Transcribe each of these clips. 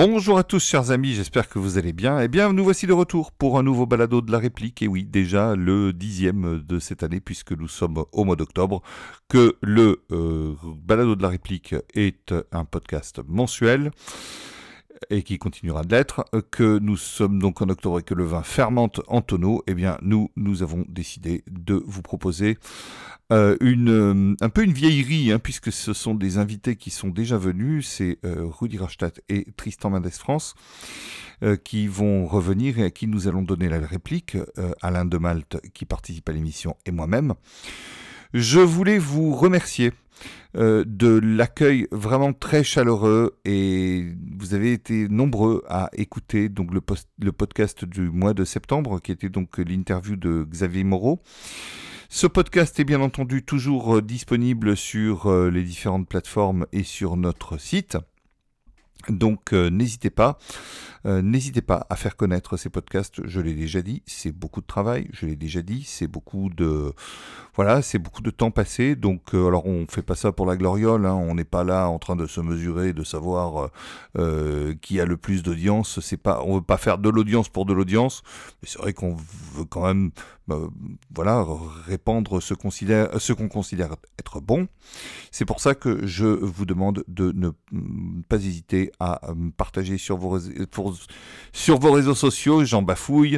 Bonjour à tous chers amis, j'espère que vous allez bien. Eh bien, nous voici de retour pour un nouveau balado de la réplique. Et oui, déjà le 10e de cette année, puisque nous sommes au mois d'octobre, que le balado de la réplique est un podcast mensuel et qui continuera de l'être, que nous sommes donc en octobre et que le vin fermente en tonneau. Eh bien, nous avons décidé de vous proposer un peu une vieillerie, hein, puisque ce sont des invités qui sont déjà venus, c'est Rudi Rastatt et Tristan Mendes France, qui vont revenir et à qui nous allons donner la réplique, Alain de Malte qui participe à l'émission et moi-même. Je voulais vous remercier de l'accueil vraiment très chaleureux et vous avez été nombreux à écouter donc le podcast du mois de septembre qui était donc l'interview de Xavier Moreau. Ce podcast est bien entendu toujours disponible sur les différentes plateformes et sur notre site. Donc n'hésitez pas à faire connaître ces podcasts. Je l'ai déjà dit, c'est beaucoup de travail. Je l'ai déjà dit, c'est beaucoup de temps passé. Donc alors on fait pas ça pour la gloriole, hein. On n'est pas là en train de se mesurer, de savoir qui a le plus d'audience. On veut pas faire de l'audience pour de l'audience, mais c'est vrai qu'on veut quand même répandre ce qu'on considère être bon. C'est pour ça que je vous demande de ne pas hésiter à partager sur vos réseaux sociaux. J'en bafouille.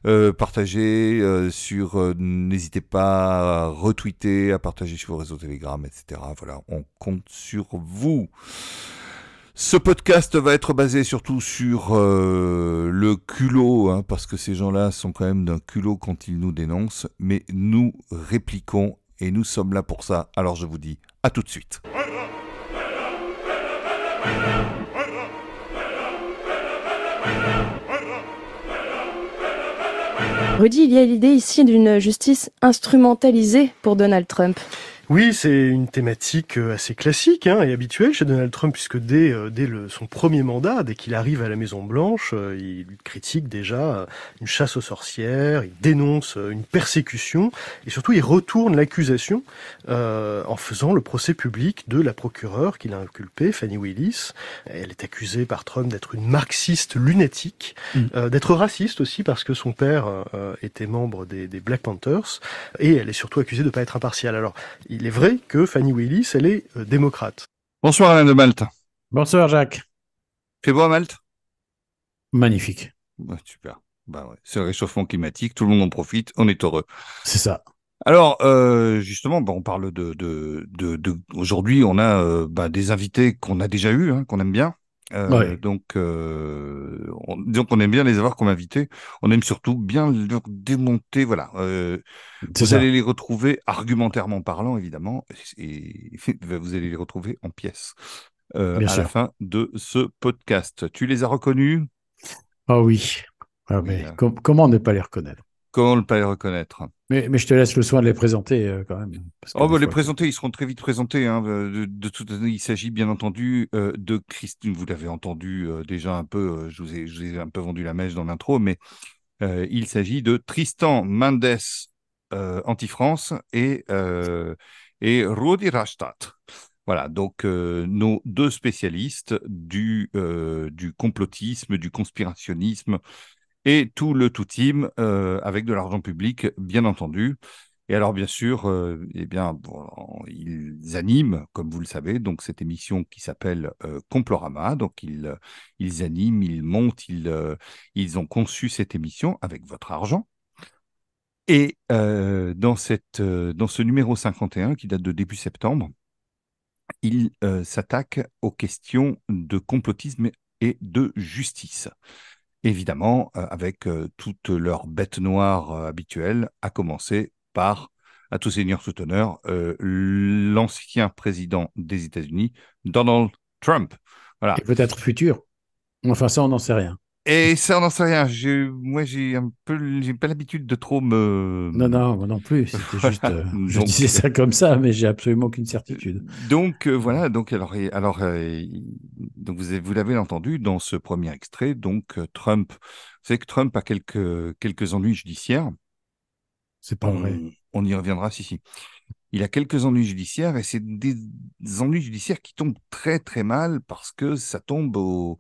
N'hésitez pas à retweeter, à partager sur vos réseaux Telegram, etc. Voilà, on compte sur vous. Ce podcast va être basé surtout sur le culot, hein, parce que ces gens-là sont quand même d'un culot quand ils nous dénoncent, mais nous répliquons et nous sommes là pour ça. Alors je vous dis à tout de suite. Rudy, il y a l'idée ici d'une justice instrumentalisée pour Donald Trump. Oui, c'est une thématique assez classique et habituelle chez Donald Trump, puisque dès son premier mandat, dès qu'il arrive à la Maison-Blanche, il critique déjà une chasse aux sorcières, il dénonce une persécution, et surtout il retourne l'accusation en faisant le procès public de la procureure qu'il a inculpée, Fani Willis. Elle est accusée par Trump d'être une marxiste lunatique, d'être raciste aussi, parce que son père était membre des Black Panthers, et elle est surtout accusée de ne pas être impartiale. Alors, il est vrai que Fani Willis, elle est démocrate. Bonsoir Alain de Malte. Bonsoir Jacques. Fait beau à Malte ? Magnifique. Ouais, super. Ouais. C'est le réchauffement climatique, tout le monde en profite, on est heureux. C'est ça. Alors, justement, on parle aujourd'hui, on a des invités qu'on a déjà eus, hein, qu'on aime bien. Ouais. Donc, on aime bien les avoir comme invités. On aime surtout bien leur démonter. Voilà. Vous allez les retrouver argumentairement parlant, évidemment, et vous allez les retrouver en pièces Bien à sûr. la fin de ce podcast. Tu les as reconnus ? Ah oui. Ah, Oui, mais comment ne pas les reconnaître? comment ne pas les reconnaître ? Mais je te laisse le soin de les présenter quand même. Parce que Les présenter, ils seront très vite présentés. Hein, de toute façon, il s'agit bien entendu de Christine. Vous l'avez entendu déjà un peu. Je vous ai un peu vendu la mèche dans l'intro, mais il s'agit de Tristan Mendes Anti-France et Rudi Rastatt. Voilà, donc nos deux spécialistes du complotisme, du conspirationnisme et tout le tout team avec de l'argent public, bien entendu. Et alors, bien sûr, ils animent, comme vous le savez, donc cette émission qui s'appelle Complorama. Donc, ils animent, ils montent, ils ont conçu cette émission avec votre argent. Et dans ce numéro 51, qui date de début septembre, ils s'attaquent aux questions de complotisme et de justice. Évidemment, avec toutes leurs bêtes noires habituelles, à commencer par, à tout seigneur, tout honneur, l'ancien président des États-Unis, Donald Trump. Voilà. Et peut-être futur. Enfin, ça, on n'en sait rien. Et ça, on n'en sait rien. Moi, j'ai pas l'habitude de trop me... Non, moi non plus. C'était Voilà. juste, je disais ça comme ça, mais j'ai absolument aucune certitude. Donc voilà. Donc vous l'avez entendu dans ce premier extrait. Donc Trump, vous savez que Trump a quelques ennuis judiciaires. C'est pas vrai. On y reviendra, si. Il a quelques ennuis judiciaires et c'est des ennuis judiciaires qui tombent très très mal parce que ça tombe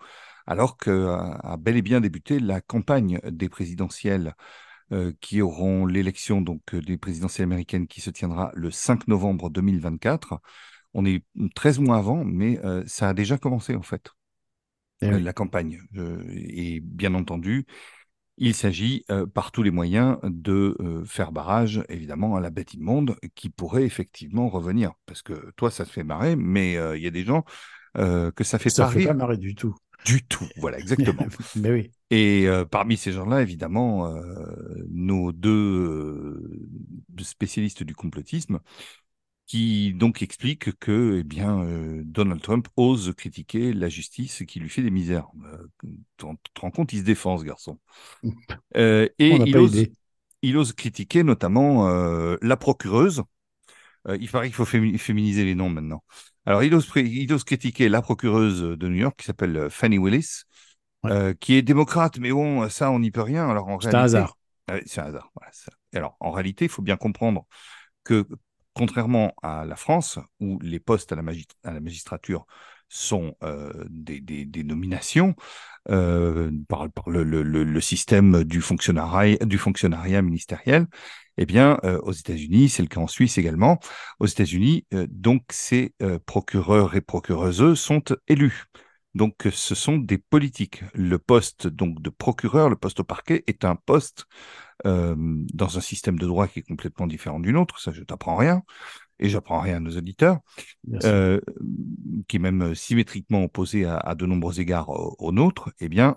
alors qu'a bel et bien débuté la campagne des présidentielles qui auront l'élection donc des présidentielles américaines qui se tiendra le 5 novembre 2024. On est 13 mois avant, mais ça a déjà commencé en fait, Eh oui. la campagne. Et bien entendu, il s'agit par tous les moyens de faire barrage, évidemment, à la bête immonde qui pourrait effectivement revenir. Parce que toi, ça te fait marrer, mais il y a des gens que ça fait Ça pas fait pas rire marrer du tout. du tout. Voilà, exactement. Mais oui. Et parmi ces gens-là, évidemment, nos deux spécialistes du complotisme qui donc expliquent que eh bien, Donald Trump ose critiquer la justice qui lui fait des misères. Tu te rends compte, il se défend, ce garçon. On Et n'a pas idée. il ose critiquer notamment la procureuse. Il paraît qu'il faut féminiser les noms maintenant. Alors, il ose critiquer la procureuse de New York qui s'appelle Fannie Willis, Ouais. qui est démocrate, mais bon, ça, on n'y peut rien. Alors, en C'est un réalité, hasard. c'est un hasard. Voilà, ça. Alors, en réalité, il faut bien comprendre que, contrairement à la France, où les postes à la magistrature sont des nominations par le système du fonctionnariat ministériel, eh bien, aux États-Unis, c'est le cas en Suisse également, aux États-Unis, donc ces procureurs et procureuses sont élus. Donc, ce sont des politiques. Le poste donc de procureur, le poste au parquet, est un poste dans un système de droit qui est complètement différent du nôtre. Ça, je t'apprends rien, et j'apprends rien à nos auditeurs, Merci. euh, qui est même symétriquement opposé à de nombreux égards au nôtre. Eh bien,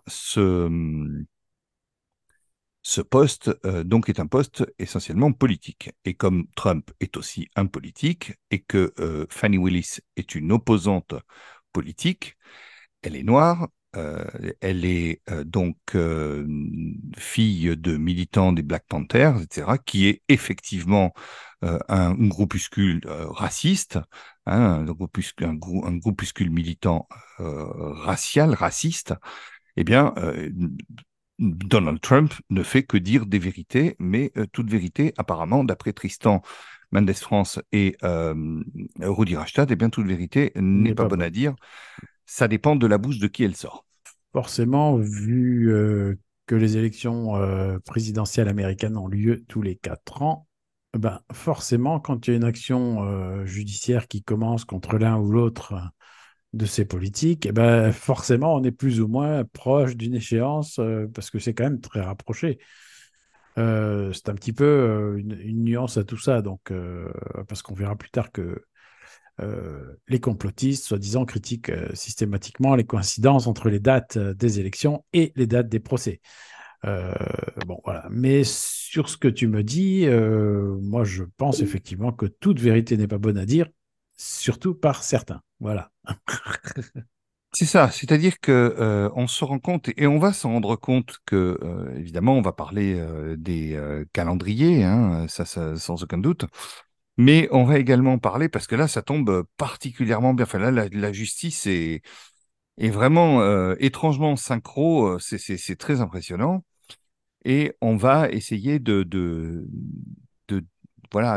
ce poste donc est un poste essentiellement politique. Et comme Trump est aussi un politique et que Fannie Willis est une opposante politique, elle est noire, elle est donc fille de militants des Black Panthers, etc., qui est effectivement un groupuscule raciste, hein, un groupuscule militant racial, raciste. Eh bien, Donald Trump ne fait que dire des vérités, mais toute vérité, apparemment, d'après Tristan Mendes France et Rudi Rastad, eh bien, toute vérité n'est N'est pas pas bonne bonne. à dire. Ça dépend de la bouche de qui elle sort. Forcément, vu que les élections présidentielles américaines ont lieu tous les 4 ans, ben, forcément, quand il y a une action judiciaire qui commence contre l'un ou l'autre de ces politiques, eh ben, forcément, on est plus ou moins proche d'une échéance parce que c'est quand même très rapproché. C'est un petit peu une nuance à tout ça, donc, parce qu'on verra plus tard que les complotistes, soi-disant, critiquent systématiquement les coïncidences entre les dates des élections et les dates des procès. Euh, bon, voilà. Mais sur ce que tu me dis, moi, je pense effectivement que toute vérité n'est pas bonne à dire, surtout par certains. Voilà. C'est ça, c'est-à-dire que on se rend compte et on va s'en rendre compte que évidemment on va parler des calendriers, hein, ça sans aucun doute, mais on va également parler parce que là ça tombe particulièrement bien. Enfin là la justice est vraiment étrangement synchro, c'est très impressionnant et on va essayer de voilà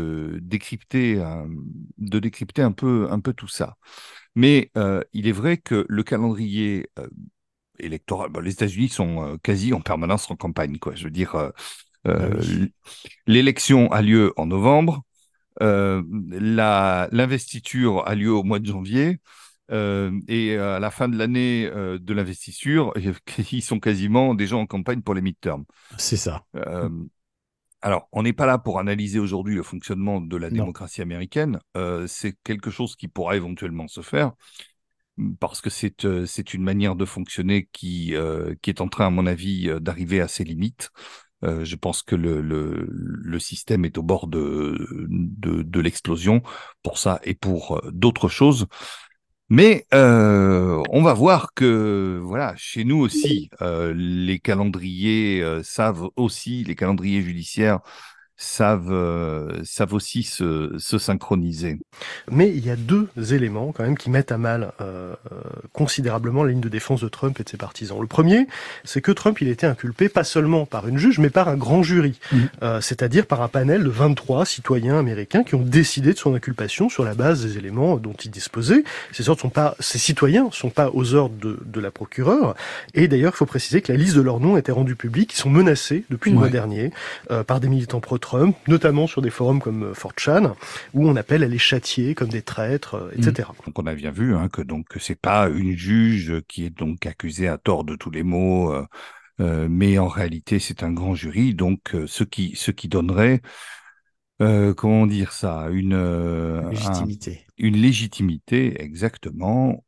de décrypter un peu tout ça. Mais il est vrai que le calendrier électoral, bon, les États-Unis sont quasi en permanence en campagne, quoi. Je veux dire, Bah oui, l'élection a lieu en novembre, l'investiture a lieu au mois de janvier, et à la fin de l'année de l'investiture, ils sont quasiment déjà en campagne pour les midterms. c'est ça. Euh, alors, on n'est pas là pour analyser aujourd'hui le fonctionnement de la Non. démocratie américaine. C'est quelque chose qui pourra éventuellement se faire parce que c'est une manière de fonctionner qui est en train, à mon avis, d'arriver à ses limites. Je pense que le système est au bord de l'explosion pour ça et pour d'autres choses. Mais on va voir que voilà, chez nous aussi, les calendriers savent aussi, les calendriers judiciaires savent aussi se synchroniser. Mais il y a deux éléments quand même qui mettent à mal considérablement la ligne de défense de Trump et de ses partisans. Le premier, c'est que Trump il était inculpé pas seulement par une juge, mais par un grand jury, c'est-à-dire par un panel de 23 citoyens américains qui ont décidé de son inculpation sur la base des éléments dont il disposait. Ces citoyens sont pas aux ordres de la procureure, et d'ailleurs il faut préciser que la liste de leurs noms était rendue publique. Ils sont menacés depuis le mois dernier par des militants pro-Trump, notamment sur des forums comme 4chan, où on appelle à les châtier comme des traîtres, etc. Donc on a bien vu que c'est pas une juge qui est donc accusée à tort de tous les maux, mais en réalité c'est un grand jury, donc ce qui donnerait, comment dire ça, Légitimité. une légitimité exactement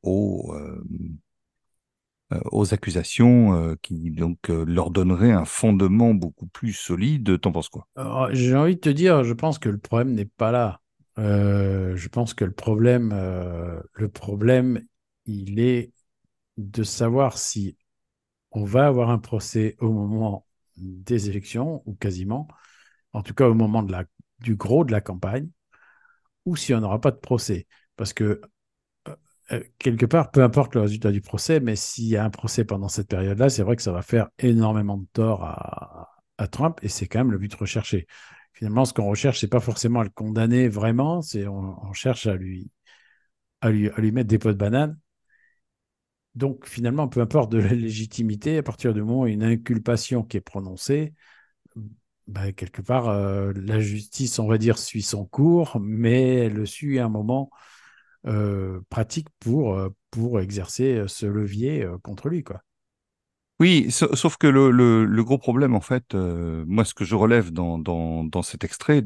aux accusations qui donc leur donnerait un fondement beaucoup plus solide. T'en penses quoi? Alors, j'ai envie de te dire, je pense que le problème n'est pas là. Je pense que le problème, il est de savoir si on va avoir un procès au moment des élections, ou quasiment, en tout cas au moment du gros de la campagne, ou si on n'aura pas de procès. Parce que, quelque part, peu importe le résultat du procès, mais s'il y a un procès pendant cette période-là, c'est vrai que ça va faire énormément de tort à Trump, et c'est quand même le but recherché. Finalement, ce qu'on recherche, c'est pas forcément à le condamner vraiment, on cherche à lui mettre des pots de banane. Donc, finalement, peu importe de la légitimité, à partir du moment où il y a une inculpation qui est prononcée, bah, quelque part, la justice, on va dire, suit son cours, mais elle le suit à un moment pratique pour exercer ce levier contre lui, quoi. Oui, sauf que le gros problème, en fait, moi, ce que je relève dans cet extrait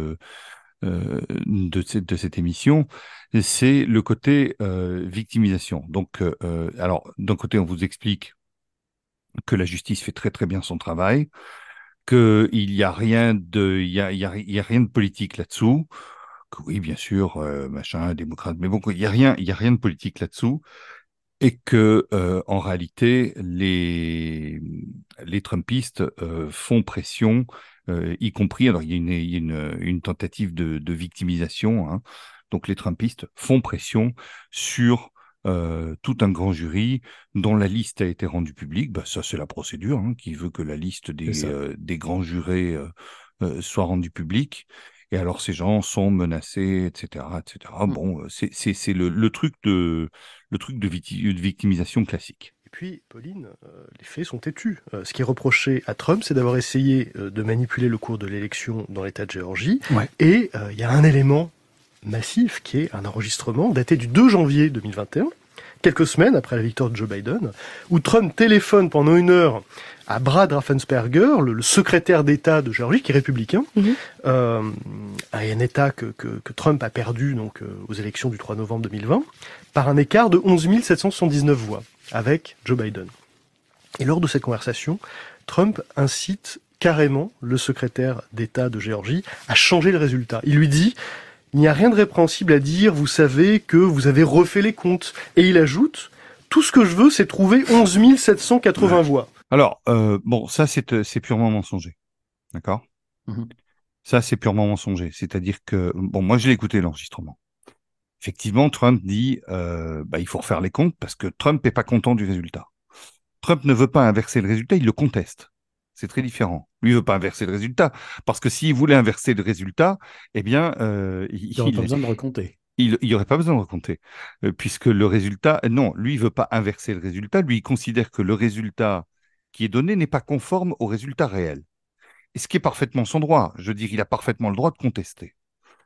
de cette émission, c'est le côté victimisation. Donc, alors, d'un côté, on vous explique que la justice fait très très bien son travail, qu'il y a rien de, il y a rien de politique là-dessous, que oui, bien sûr, machin, démocrate, mais bon, il y a rien de politique là-dessous, et que en réalité les Trumpistes font pression, y compris, alors il y a une tentative de victimisation, hein. Donc les Trumpistes font pression sur tout un grand jury dont la liste a été rendue publique. Bah, ça c'est la procédure, hein, qui veut que la liste C'est ça. des grands jurés soit rendue publique. Et alors ces gens sont menacés, etc., etc. Mm. Bon, c'est le truc de victimisation classique. Et puis, Pauline, les faits sont têtus. Ce qui est reproché à Trump, c'est d'avoir essayé de manipuler le cours de l'élection dans l'État de Géorgie. Ouais. Et il y a un élément massif qui est un enregistrement daté du 2 janvier 2021, quelques semaines après la victoire de Joe Biden, où Trump téléphone pendant 1 heure à Brad Raffensperger, le secrétaire d'État de Géorgie, qui est républicain, un État que Trump a perdu donc aux élections du 3 novembre 2020, par un écart de 11 779 voix avec Joe Biden. Et lors de cette conversation, Trump incite carrément le secrétaire d'État de Géorgie à changer le résultat. Il lui dit: il n'y a rien de répréhensible à dire, vous savez que vous avez refait les comptes. Et il ajoute: tout ce que je veux, c'est trouver 11 780 voix. Alors, bon, ça c'est purement mensonger, d'accord? Mhm. Ça c'est purement mensonger. C'est-à-dire que, bon, moi j'ai écouté l'enregistrement. Effectivement, Trump dit, bah, il faut refaire les comptes parce que Trump n'est pas content du résultat. Trump ne veut pas inverser le résultat, il le conteste. C'est très différent. Lui ne veut pas inverser le résultat, parce que s'il voulait inverser le résultat, eh bien, Il n'y aurait pas besoin de recompter. il y aurait pas besoin de recompter, puisque le résultat, non, lui il veut pas inverser le résultat, lui il considère que le résultat qui est donné n'est pas conforme au résultat réel. Et ce qui est parfaitement son droit. Je veux dire, il a parfaitement le droit de contester.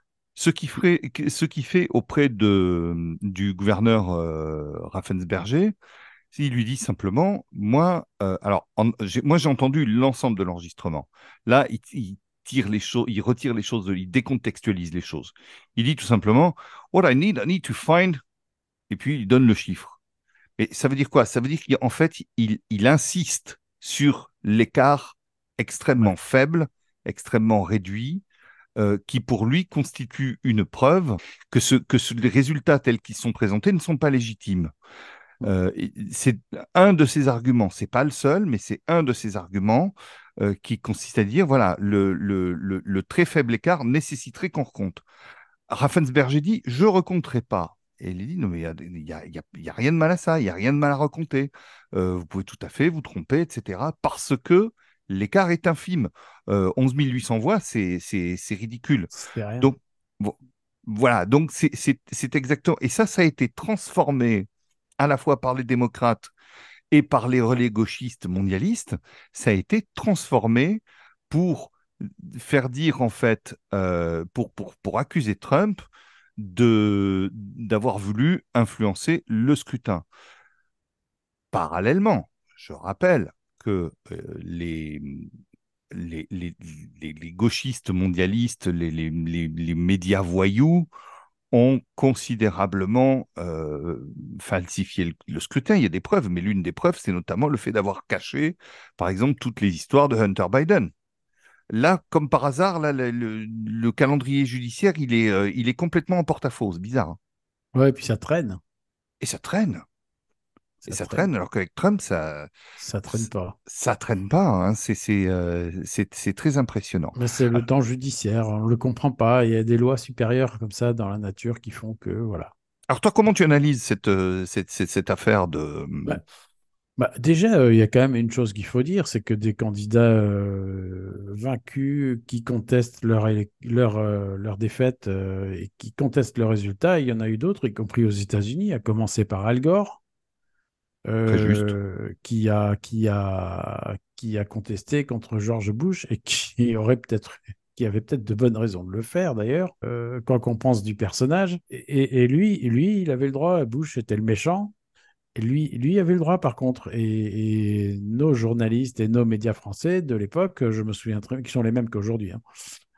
Ce qui fait auprès du gouverneur Raffensperger, s'il lui dit simplement, moi, moi j'ai entendu l'ensemble de l'enregistrement. Là, il tire les choses, il retire les choses, il décontextualise les choses. Il dit tout simplement, What I need to find, et puis il donne le chiffre. Et ça veut dire quoi? Ça veut dire qu'en fait, il insiste sur l'écart extrêmement Ouais. faible, extrêmement réduit, qui pour lui constitue une preuve les résultats tels qu'ils sont présentés ne sont pas légitimes. C'est un de ses arguments, c'est pas le seul, mais c'est un de ses arguments qui consiste à dire, voilà, le très faible écart nécessiterait qu'on recompte. Raffensperger dit, je ne recompterai pas. Et il dit, non, mais il y a rien de mal à ça, il n'y a rien de mal à recompter. Vous pouvez tout à fait vous tromper, etc. Parce que l'écart est infime. 11 800 voix, c'est ridicule. C'est rien. Donc, voilà, donc c'est exactement. Et ça a été transformé à la fois par les démocrates et par les relais gauchistes mondialistes, ça a été transformé pour faire dire, en fait, pour accuser Trump d'avoir voulu influencer le scrutin. Parallèlement, je rappelle que les gauchistes mondialistes, les médias voyous, ont considérablement falsifié le scrutin. Il y a des preuves, mais l'une des preuves, c'est notamment le fait d'avoir caché, par exemple, toutes les histoires de Hunter Biden. Là, comme par hasard, là, le calendrier judiciaire, il est complètement en porte-à-faux. C'est bizarre, hein. Ouais, et puis ça traîne. Et ça traîne. Et Ça ça traîne. traîne, alors qu'avec Trump, ça, Ça traîne pas. ça traîne pas, hein. C'est très impressionnant. Mais c'est le temps judiciaire, on ne le comprend pas. Il y a des lois supérieures comme ça dans la nature qui font que, voilà. Alors toi, comment tu analyses cette affaire de... Bah, déjà, il y a quand même une chose qu'il faut dire, c'est que des candidats vaincus qui contestent leur défaite et qui contestent le résultat, il y en a eu d'autres, y compris aux États-Unis, à commencer par Al Gore, Très juste. qui a contesté contre George Bush et qui avait peut-être de bonnes raisons de le faire d'ailleurs, quoi qu'on pense du personnage. Et lui, il avait le droit, Bush était le méchant, et lui avait le droit par contre. Et nos journalistes et nos médias français de l'époque, je me souviens très bien, qui sont les mêmes qu'aujourd'hui, hein,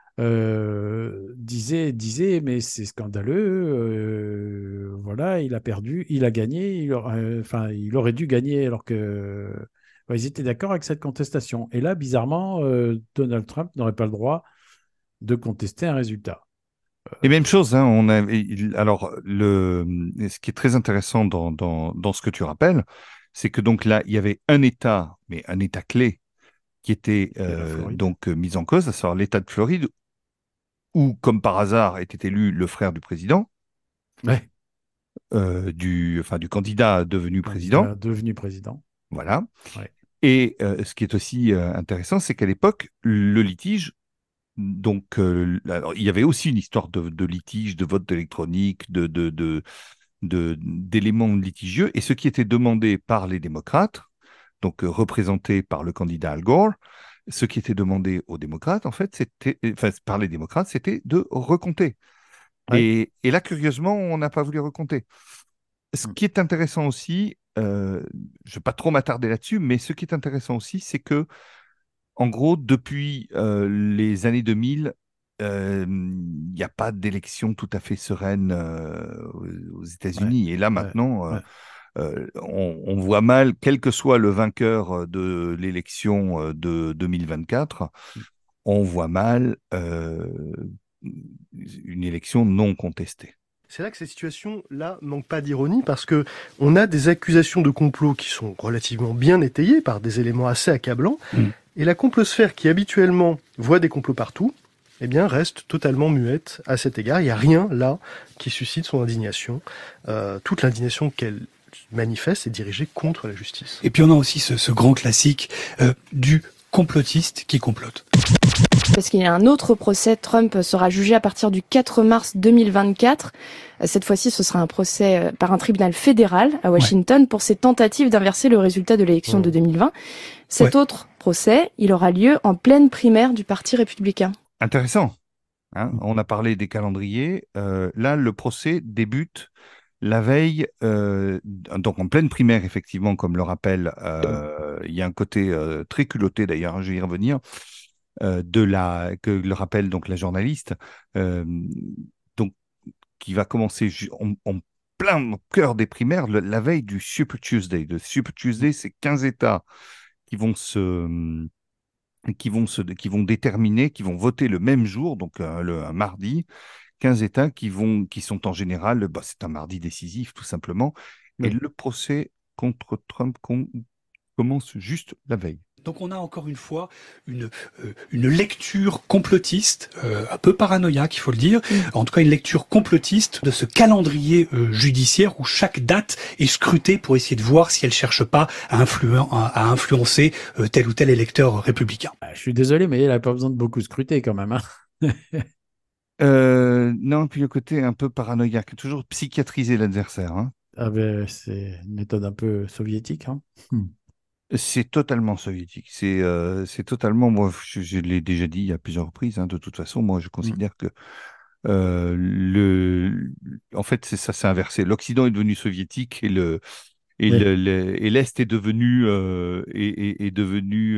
disait, mais c'est scandaleux, voilà, il a perdu, il a gagné, enfin, il aurait dû gagner alors que ils étaient d'accord avec cette contestation. Et là, bizarrement, Donald Trump n'aurait pas le droit de contester un résultat. Et même chose, hein, alors ce qui est très intéressant dans ce que tu rappelles, c'est que donc là, il y avait un État, mais un État clé, qui était C'est la Floride. donc mis en cause, à savoir l'État de Floride, où, comme par hasard, était élu le frère du président, Ouais, enfin du candidat devenu président. candidat devenu président. Voilà. Ouais, Et ce qui est aussi intéressant, c'est qu'à l'époque, le litige, donc alors, il y avait aussi une histoire de litige, de vote électronique, d'éléments litigieux. Et ce qui était demandé par les démocrates, donc représenté par le candidat Al Gore, ce qui était demandé aux démocrates, en fait, enfin, par les démocrates, c'était de recompter. ouais. Et là, curieusement, on n'a pas voulu recompter. Ce Mm. qui est intéressant aussi, je ne vais pas trop m'attarder là-dessus, mais ce qui est intéressant aussi, c'est que, en gros, depuis les années 2000, il n'y a pas d'élection tout à fait sereine aux Ouais, États-Unis. Et là, ouais, maintenant, ouais. on voit mal, quel que soit le vainqueur de l'élection de 2024, on voit mal une élection non contestée. C'est là que cette situation-là manque pas d'ironie parce que on a des accusations de complot qui sont relativement bien étayées par des éléments assez accablants, et la complosphère qui habituellement voit des complots partout, eh bien reste totalement muette à cet égard. Il n'y a rien là qui suscite son indignation. Toute l'indignation qu'elle manifeste est dirigée contre la justice. Et puis on a aussi ce grand classique du complotiste qui complote. Parce qu'il y a un autre procès. Trump sera jugé à partir du 4 mars 2024. Cette fois-ci, ce sera un procès par un tribunal fédéral à Washington pour ses tentatives d'inverser le résultat de l'élection de 2020. Cet autre procès, il aura lieu en pleine primaire du Parti républicain. Intéressant, hein. On a parlé des calendriers. Là, le procès débute la veille, donc en pleine primaire, effectivement, comme le rappelle, il y a un côté très culotté d'ailleurs, hein, je vais y revenir, que le rappelle donc la journaliste, euh, donc qui va commencer en plein cœur des primaires, la veille du Super Tuesday. Le Super Tuesday, c'est 15 États qui vont qui vont déterminer, qui vont voter le même jour, donc un mardi, 15 États qui sont en général, bah, c'est un mardi décisif tout simplement, et Oui. le procès contre Trump commence juste la veille. Donc on a encore une fois une lecture complotiste, un peu paranoïaque, il faut le dire, en tout cas une lecture complotiste de ce calendrier judiciaire où chaque date est scrutée pour essayer de voir si elle cherche pas à influencer tel ou tel électeur républicain. Je suis désolé, mais il n'a pas besoin de beaucoup scruter quand même, hein. Non, puis le côté un peu paranoïaque, toujours psychiatriser l'adversaire, hein. Ah ben, c'est une méthode un peu soviétique, hein. C'est totalement soviétique. C'est totalement, moi, je l'ai déjà dit à plusieurs reprises, hein, de toute façon, moi, je Hmm. considère que euh, le, en fait, c'est ça, c'est inversé. L'Occident est devenu soviétique Oui, et l'Est est devenu est devenu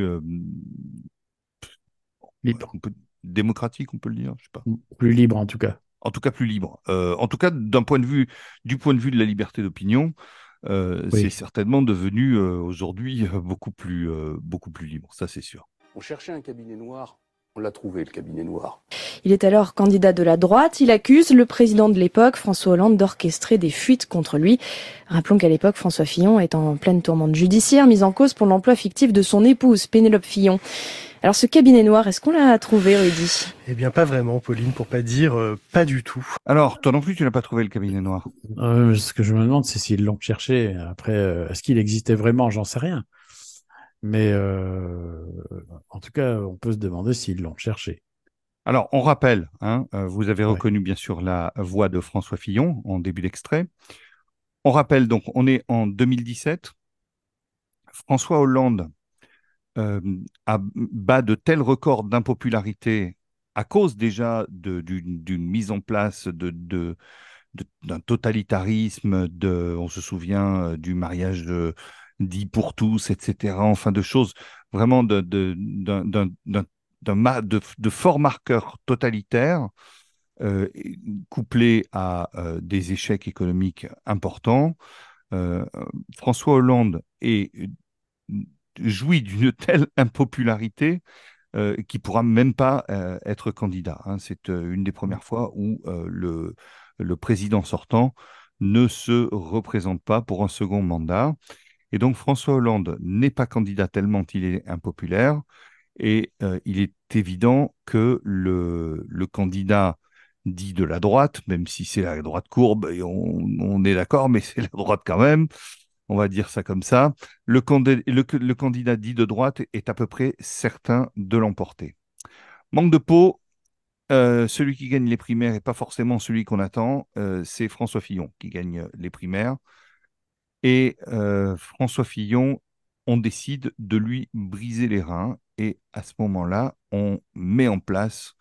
libre. démocratique, on peut le dire, je sais pas. Plus libre en tout cas. En tout cas, plus libre. En tout cas, du point de vue de la liberté d'opinion, c'est Oui. certainement devenu aujourd'hui beaucoup plus libre. Ça, c'est sûr. On cherchait un cabinet noir, on l'a trouvé, le cabinet noir. Il est alors candidat de la droite. Il accuse le président de l'époque, François Hollande, d'orchestrer des fuites contre lui. Rappelons qu'à l'époque, François Fillon est en pleine tourmente judiciaire, mise en cause pour l'emploi fictif de son épouse, Pénélope Fillon. Alors ce cabinet noir, est-ce qu'on l'a trouvé, Rudy? Eh bien, pas vraiment, Pauline, pour pas dire pas du tout. Alors, toi non plus, tu n'as pas trouvé le cabinet noir. Ce que je me demande, c'est s'ils l'ont cherché. Après, est-ce qu'il existait vraiment? J'en sais rien. Mais en tout cas, on peut se demander s'ils l'ont cherché. Alors, on rappelle, hein, vous avez Ouais. reconnu bien sûr la voix de François Fillon en début d'extrait. On rappelle donc, on est en 2017. François Hollande euh, bat de tels records d'impopularité à cause déjà d'une mise en place d'un totalitarisme, on se souvient du mariage dit pour tous, etc. Enfin, de choses vraiment de forts marqueurs totalitaires, couplés à des échecs économiques importants. François Hollande jouit d'une telle impopularité qui pourra même pas être candidat, hein. C'est une des premières fois où le président sortant ne se représente pas pour un second mandat. Et donc François Hollande n'est pas candidat tellement il est impopulaire. Et il est évident que le candidat dit de la droite, même si c'est la droite courbe, et on est d'accord, mais c'est la droite quand même, on va dire ça comme ça, le candidat dit de droite est à peu près certain de l'emporter. Manque de peau, celui qui gagne les primaires n'est pas forcément celui qu'on attend, c'est François Fillon qui gagne les primaires. Et François Fillon, on décide de lui briser les reins. Et à ce moment-là, on met en place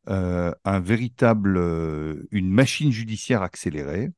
une machine judiciaire accélérée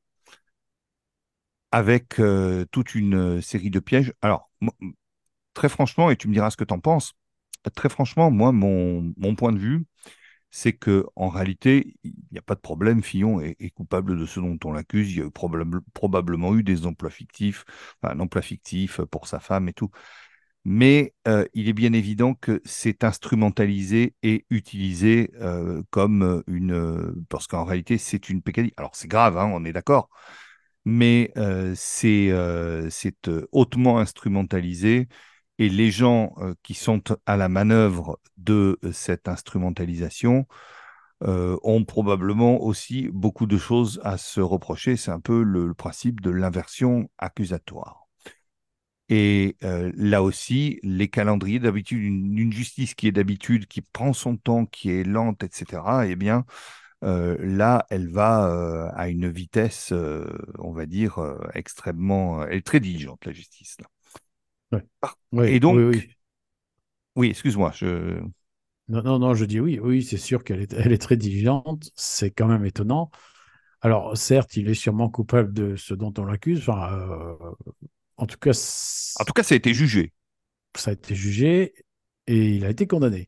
avec toute une série de pièges. Alors, très franchement, et tu me diras ce que tu en penses, très franchement, moi, mon point de vue, c'est que en réalité, il n'y a pas de problème. Fillon est coupable de ce dont on l'accuse. Il y a probablement eu des emplois fictifs, enfin, un emploi fictif pour sa femme et tout. Mais il est bien évident que c'est instrumentalisé et utilisé comme parce qu'en réalité, c'est une peccadille. Alors, c'est grave, hein, on est d'accord, mais c'est hautement instrumentalisé et les gens qui sont à la manœuvre de cette instrumentalisation ont probablement aussi beaucoup de choses à se reprocher. C'est un peu le principe de l'inversion accusatoire. Et là aussi, les calendriers d'habitude, une justice qui est d'habitude, qui prend son temps, qui est lente, etc., eh bien, là, elle va à une vitesse, on va dire, extrêmement... Elle est très diligente, la justice, là. Ouais. Et Oui, oui, donc, oui. oui, excuse-moi, je... Non, non, non, je dis oui, oui, c'est sûr elle est très diligente. C'est quand même étonnant. Alors, certes, il est sûrement coupable de ce dont on l'accuse. Enfin, en tout cas, En tout cas, ça a été jugé. ça a été jugé et il a été condamné.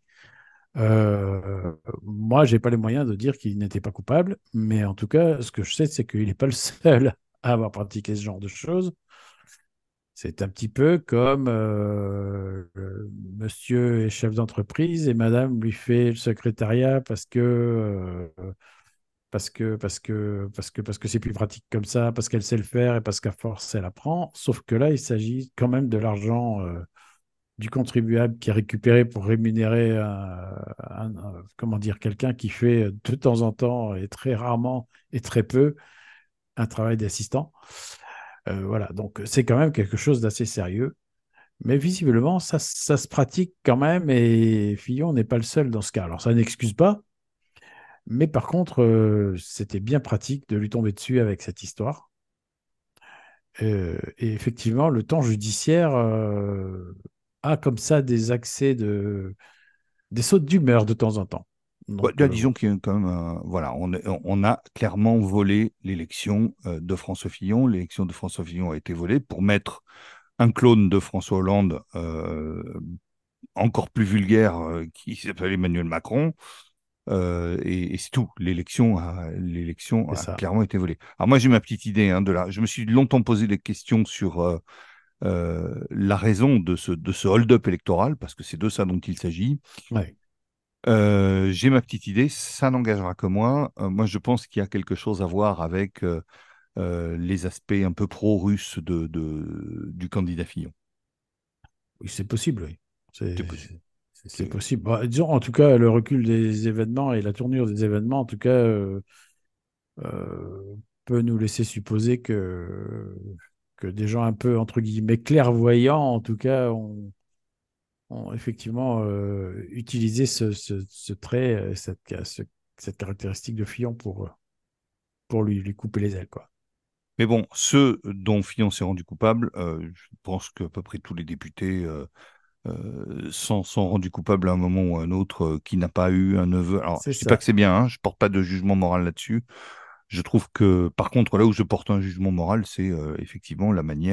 Moi, j'ai pas les moyens de dire qu'il n'était pas coupable, mais en tout cas, ce que je sais, c'est qu'il n'est pas le seul à avoir pratiqué ce genre de choses. C'est un petit peu comme monsieur est chef d'entreprise et madame lui fait le secrétariat parce que c'est plus pratique comme ça, parce qu'elle sait le faire et parce qu'à force elle apprend. Sauf que là, il s'agit quand même de l'argent du contribuable qui est récupéré pour rémunérer comment dire, quelqu'un qui fait de temps en temps et très rarement et très peu un travail d'assistant. Voilà, donc c'est quand même quelque chose d'assez sérieux. Mais visiblement, ça se pratique quand même et Fillon n'est pas le seul dans ce cas. Alors ça n'excuse pas, mais par contre, c'était bien pratique de lui tomber dessus avec cette histoire. Et effectivement, le temps judiciaire a comme ça des accès des sautes d'humeur de temps en temps. Donc, Là, disons qu'il y a quand même, voilà, on a clairement volé l'élection de François Fillon. L'élection de François Fillon a été volée pour mettre un clone de François Hollande encore plus vulgaire qui s'appelle Emmanuel Macron. Et c'est tout. L'élection c'est a ça. clairement été volée. Alors moi, j'ai ma petite idée Je me suis longtemps posé des questions sur la raison de ce hold-up électoral, parce que c'est de ça dont il s'agit. Ouais. J'ai ma petite idée, ça n'engagera que moi. Moi, je pense qu'il y a quelque chose à voir avec les aspects un peu pro-russes du candidat Fillon. Oui, c'est possible, oui. C'est possible. C'est possible. Bah, disons, en tout cas, le recul des événements et la tournure des événements, en tout cas, euh, peut nous laisser supposer que des gens un peu, entre guillemets, clairvoyants, en tout cas, ont effectivement utilisé ce trait, cette caractéristique de Fillon pour lui couper les ailes, quoi. Mais bon, ceux dont Fillon s'est rendu coupable, je pense qu'à peu près tous les députés sont rendus coupables à un moment ou à un autre, qui n'a pas eu un neveu. Alors, C'est je dis pas ça, que c'est bien, hein, je porte pas de jugement moral là-dessus. Je trouve que, par contre, là où je porte un jugement moral, c'est effectivement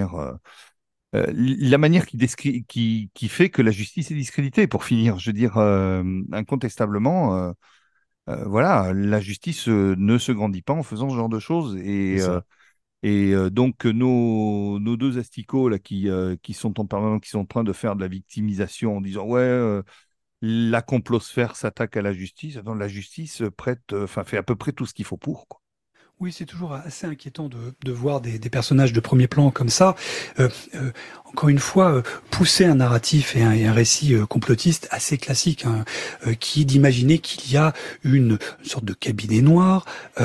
la manière qui fait que la justice est discréditée. Pour finir, je veux dire, incontestablement, voilà, la justice ne se grandit pas en faisant ce genre de choses. c'est ça. Donc, nos deux asticots là, qui sont en permanence, qui sont en train de faire de la victimisation en disant, ouais, la complosphère s'attaque à la justice. Attends, la justice fait à peu près tout ce qu'il faut pour, quoi. Oui, c'est toujours assez inquiétant de voir des personnages de premier plan comme ça. Encore une fois, pousser un narratif et un récit complotiste assez classique, hein, qui est d'imaginer qu'il y a une sorte de cabinet noir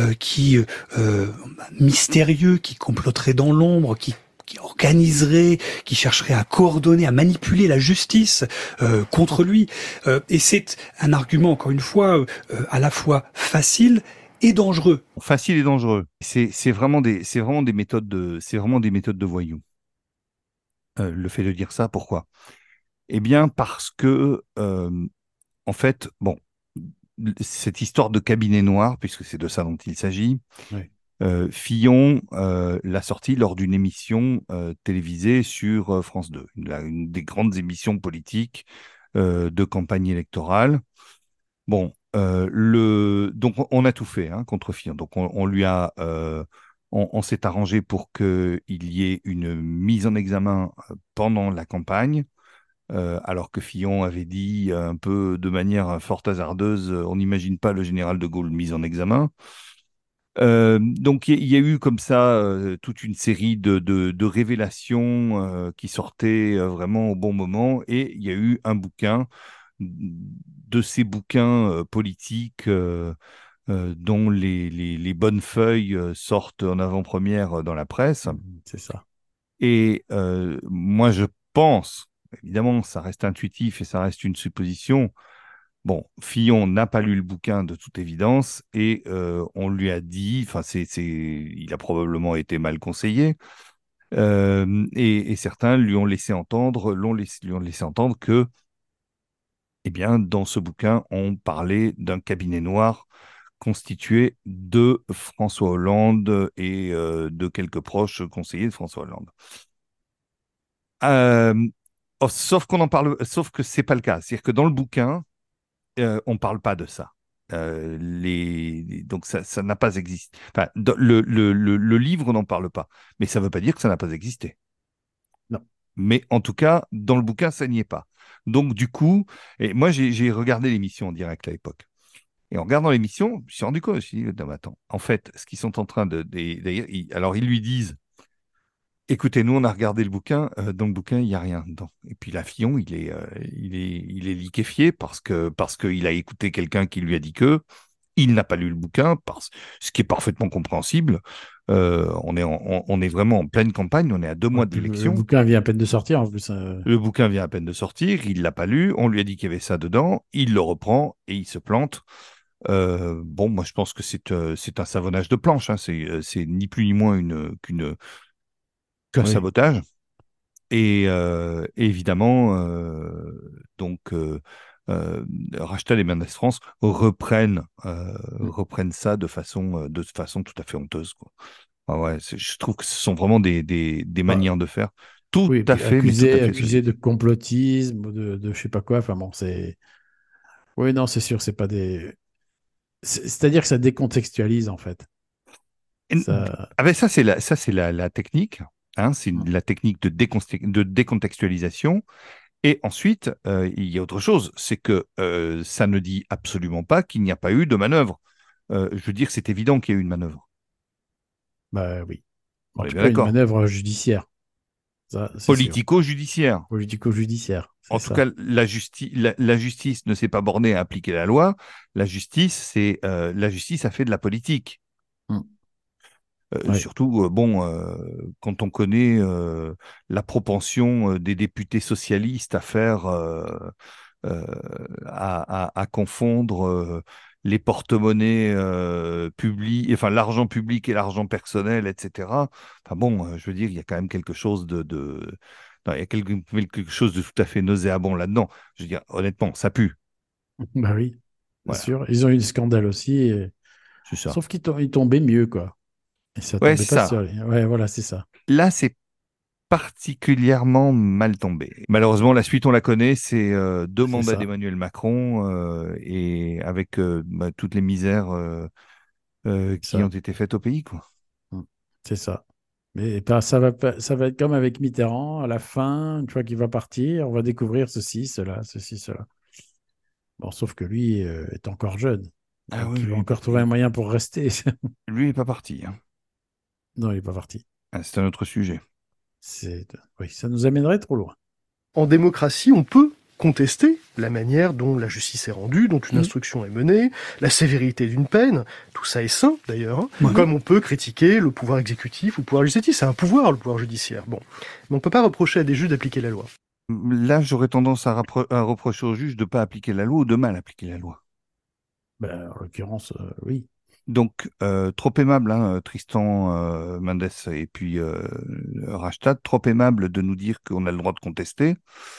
mystérieux, qui comploterait dans l'ombre, qui organiserait, qui chercherait à coordonner, à manipuler la justice contre lui. Et c'est un argument, encore une fois, à la fois facile et dangereux. Facile et dangereux. C'est vraiment des méthodes de voyous. Le fait de dire ça, pourquoi? Eh bien, parce que, en fait, bon, cette histoire de cabinet noir, puisque c'est de ça dont il s'agit, Oui. Fillon l'a sorti lors d'une émission télévisée sur France 2, une des grandes émissions politiques de campagne électorale. Bon, donc on a tout fait, hein, contre Fillon. Donc on lui a, on s'est arrangé pour qu'il y ait une mise en examen pendant la campagne, alors que Fillon avait dit un peu de manière fort hasardeuse, on n'imagine pas le général de Gaulle mis en examen. Donc il y a eu comme ça toute une série de révélations qui sortaient vraiment au bon moment, et il y a eu un bouquin, de ces bouquins politiques dont les bonnes feuilles sortent en avant-première dans la presse. C'est ça. Et moi, je pense, évidemment, ça reste intuitif et ça reste une supposition. Bon, Fillon n'a pas lu le bouquin de toute évidence, et on lui a dit, enfin, il a probablement été mal conseillé, et certains lui ont laissé entendre, lui ont laissé entendre que, eh bien, dans ce bouquin, on parlait d'un cabinet noir constitué de François Hollande et de quelques proches conseillers de François Hollande. Euh, sauf que c'est pas le cas. C'est-à-dire que dans le bouquin, on parle pas de ça. Donc ça n'a pas existé. Enfin, le livre n'en parle pas, mais ça ne veut pas dire que ça n'a pas existé. Non. Mais en tout cas, dans le bouquin, ça n'y est pas. Donc du coup, et moi j'ai regardé l'émission en direct à l'époque. Et en regardant l'émission, je me suis rendu compte, je me suis dit, non, mais attends, en fait, ce qu'ils sont en train d'ailleurs, alors ils lui disent, Écoutez, nous, on a regardé le bouquin. Dans le bouquin, il n'y a rien dedans. Et puis, la Fillon, il est liquéfié parce qu'il a écouté quelqu'un qui lui a dit que il n'a pas lu le bouquin, ce qui est parfaitement compréhensible. On est vraiment en pleine campagne. On est à 2 mois Ouais, de puis le l'élection. bouquin vient à peine de sortir en plus. Le bouquin vient à peine de sortir. Il l'a pas lu. On lui a dit qu'il y avait ça dedans. Il le reprend et il se plante. Bon, moi, je pense que c'est un savonnage de planche, hein. C'est ni plus ni moins qu'un Oui. sabotage. Et évidemment, donc, Rachel et Mendes France reprennent ça de façon tout à fait honteuse, quoi. Ah ouais, je trouve que ce sont vraiment des Bah, manières de faire tout oui, et à puis fait, mais tout à fait accusé de sadiques. complotisme, de je sais pas quoi. Enfin bon, c'est. Oui, non, c'est sûr, c'est pas des. C'est-à-dire que ça décontextualise en fait. Et- Ça. Ah ben ça c'est la technique, hein, c'est la technique de décontextualisation. Et ensuite, il y a autre chose, c'est que ça ne dit absolument pas qu'il n'y a pas eu de manœuvre. Je veux dire, c'est évident qu'il y a eu une manœuvre. Bah oui. On En est tout bien cas, une d'accord. manœuvre judiciaire. Ça, c'est sûr. Politico-judiciaire. Politico-judiciaire, En c'est tout cas, ça. la justice ne s'est pas bornée à appliquer la loi. La justice a fait de la politique. Mm. Oui, Surtout, bon, quand on connaît la propension des députés socialistes à faire, euh, à confondre les porte-monnaies publics, enfin l'argent public et l'argent personnel, etc. Enfin bon, je veux dire, il y a quand même quelque chose non, il y a quelque chose de tout à fait nauséabond là-dedans. Je veux dire, honnêtement, ça pue. bah oui, c'est Voilà, sûr. Ils ont eu le scandale aussi. c'est ça. Sauf qu'ils tombaient mieux, quoi. Et ça Ouais, tombait c'est pas ça. sur les. Ouais, voilà, c'est ça. Là, c'est particulièrement mal tombé. Malheureusement, la suite, on la connaît, c'est 2 mandats Ça. d'Emmanuel Macron et avec toutes les misères qui ont Ça. été faites au pays, quoi. Mm. C'est ça. Mais ça va être comme avec Mitterrand, à la fin, une fois qu'il va partir, on va découvrir ceci, cela. Bon, sauf que lui est encore jeune. Ah Donc, oui, il va lui, encore trouver un moyen pour rester. lui est pas parti, hein. Non, il n'est pas parti. Ah, c'est un autre sujet. C'est... Oui, ça nous amènerait trop loin. En démocratie, on peut contester la manière dont la justice est rendue, dont une Mm. instruction est menée, la sévérité d'une peine, tout ça est sain d'ailleurs, hein. Ouais. Comme on peut critiquer le pouvoir exécutif ou le pouvoir législatif, c'est un pouvoir le pouvoir judiciaire. Bon, mais on peut pas reprocher à des juges d'appliquer la loi. Là, j'aurais tendance à reprocher aux juges de ne pas appliquer la loi ou de mal appliquer la loi. Ben, en l'occurrence, oui, Donc, trop aimable, hein, Tristan Mendes et puis Rastad, trop aimable de nous dire qu'on a le droit de contester.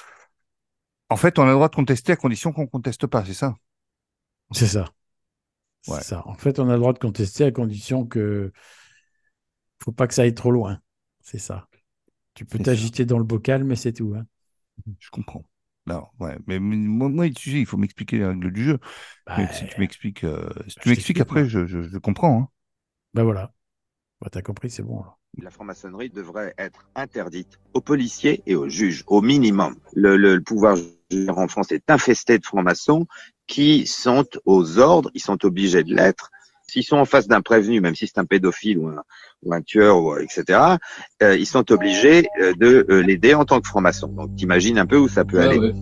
En fait, on a le droit de contester à condition qu'on ne conteste pas, c'est ça? c'est ça. C'est Ouais, ça. En fait, on a le droit de contester à condition que faut pas que ça aille trop loin. C'est ça. Tu peux c'est ça. t'agiter dans le bocal, mais c'est tout, hein. Je comprends. Non, ouais. Mais moi, tu sais, il faut m'expliquer les règles du jeu. Mais si tu Ben, m'expliques, si tu je m'expliques t'explique, après, moi. je comprends, hein. Ben voilà. Ben, t'as compris, c'est bon, alors. La franc-maçonnerie devrait être interdite aux policiers et aux juges, au minimum. Le pouvoir judiciaire en France est infesté de francs-maçons qui sont aux ordres, ils sont obligés de l'être. S'ils sont en face d'un prévenu, même si c'est un pédophile ou un tueur, etc., ils sont obligés de l'aider en tant que franc-maçon. Donc t'imagines un peu où ça peut aller. Ouais.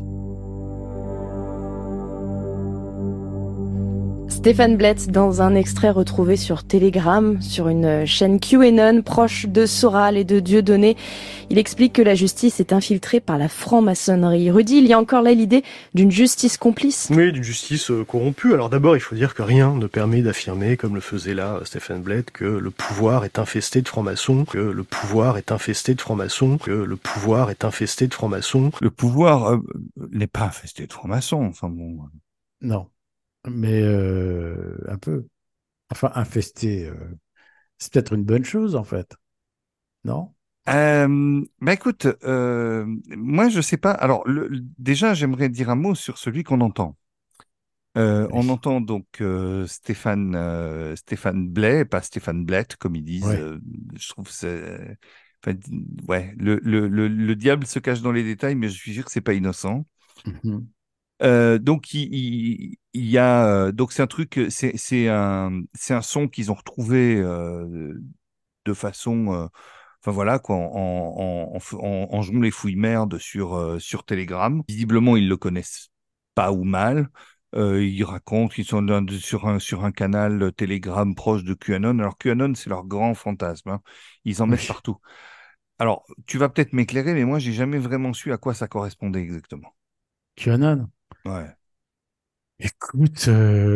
Stéphane Blett, dans un extrait retrouvé sur Telegram, sur une chaîne QAnon proche de Soral et de Dieudonné, il explique que la justice est infiltrée par la franc-maçonnerie. Rudy, il y a encore là l'idée d'une justice complice. Oui, d'une justice corrompue. Alors d'abord, il faut dire que rien ne permet d'affirmer, comme le faisait là Stéphane Blett, que le pouvoir est infesté de francs-maçons, que le pouvoir est infesté de francs-maçons, que le pouvoir est infesté de francs-maçons. Le pouvoir n'est pas infesté de francs-maçons. Enfin bon. Non. Mais un peu. Enfin, infesté, c'est peut-être une bonne chose, en fait. Non? Bah écoute, moi je sais pas. Alors déjà, j'aimerais dire un mot sur celui qu'on entend. On Oui. entend donc Stéphane Blais, pas Stéphane Blett, comme ils disent. Ouais. Je trouve que c'est. Enfin, ouais, le diable se cache dans les détails, mais je suis sûr que c'est pas innocent. Mhm. Donc il y a donc c'est un truc, c'est un son qu'ils ont retrouvé de façon enfin voilà, quoi, en jouant les fouilles-merdes sur Telegram. Visiblement, ils le connaissent pas ou mal. Ils racontent qu'ils sont sur un canal Telegram proche de QAnon. Alors QAnon, c'est leur grand fantasme, hein. Ils en mettent Oui. partout. Alors, tu vas peut-être m'éclairer, mais moi, j'ai jamais vraiment su à quoi ça correspondait exactement. QAnon. Ouais. Écoute,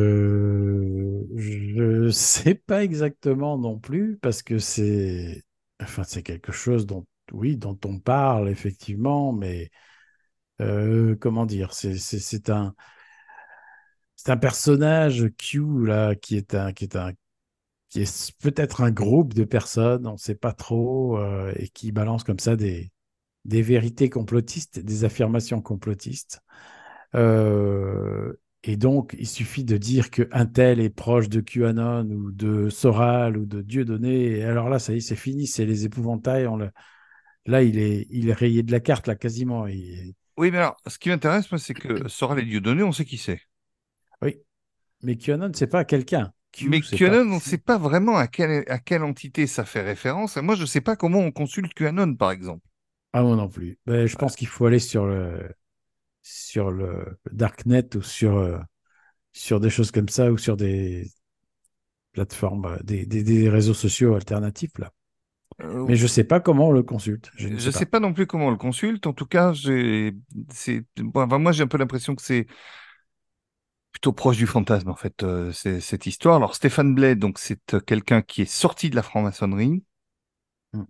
je sais pas exactement non plus parce que enfin, c'est quelque chose dont, oui, dont on parle effectivement, mais comment dire, c'est un personnage Q là qui est peut-être un groupe de personnes, on ne sait pas trop, et qui balance comme ça des vérités complotistes, des affirmations complotistes. Euh, et donc, il suffit de dire qu'un tel est proche de QAnon ou de Soral ou de Dieudonné. Et alors là, ça y est, c'est fini, c'est les épouvantails. Là, il est rayé de la carte, là, quasiment. Oui, mais alors, ce qui m'intéresse, moi, c'est que Soral et Dieudonné, on sait qui c'est. Oui, mais QAnon, c'est pas quelqu'un. Q, Mais c'est pas QAnon, on ne sait Q. pas vraiment à quelle entité ça fait référence. Et moi, je ne sais pas comment on consulte QAnon, par exemple. Ah, moi non plus. Ben, je pense qu'il faut aller sur le Darknet ou sur des choses comme ça ou sur des plateformes, des réseaux sociaux alternatifs, là. Euh, Mais je sais pas comment on le consulte. Je ne je sais ne sais pas. pas non plus comment on le consulte. En tout cas, bon, enfin, moi, j'ai un peu l'impression que c'est plutôt proche du fantasme, en fait, cette histoire. Alors, Stéphane Blais, donc, c'est quelqu'un qui est sorti de la franc-maçonnerie, Mm.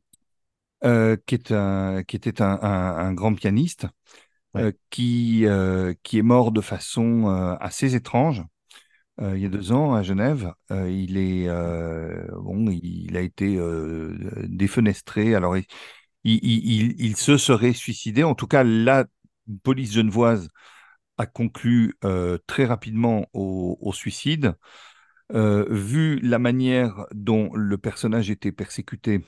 qui était un grand pianiste, Ouais. qui est mort de façon assez étrange. Il y a 2 ans à Genève. Bon, il a été défenestré. Alors, il se serait suicidé. En tout cas, la police genevoise a conclu très rapidement au suicide. Vu la manière dont le personnage était persécuté,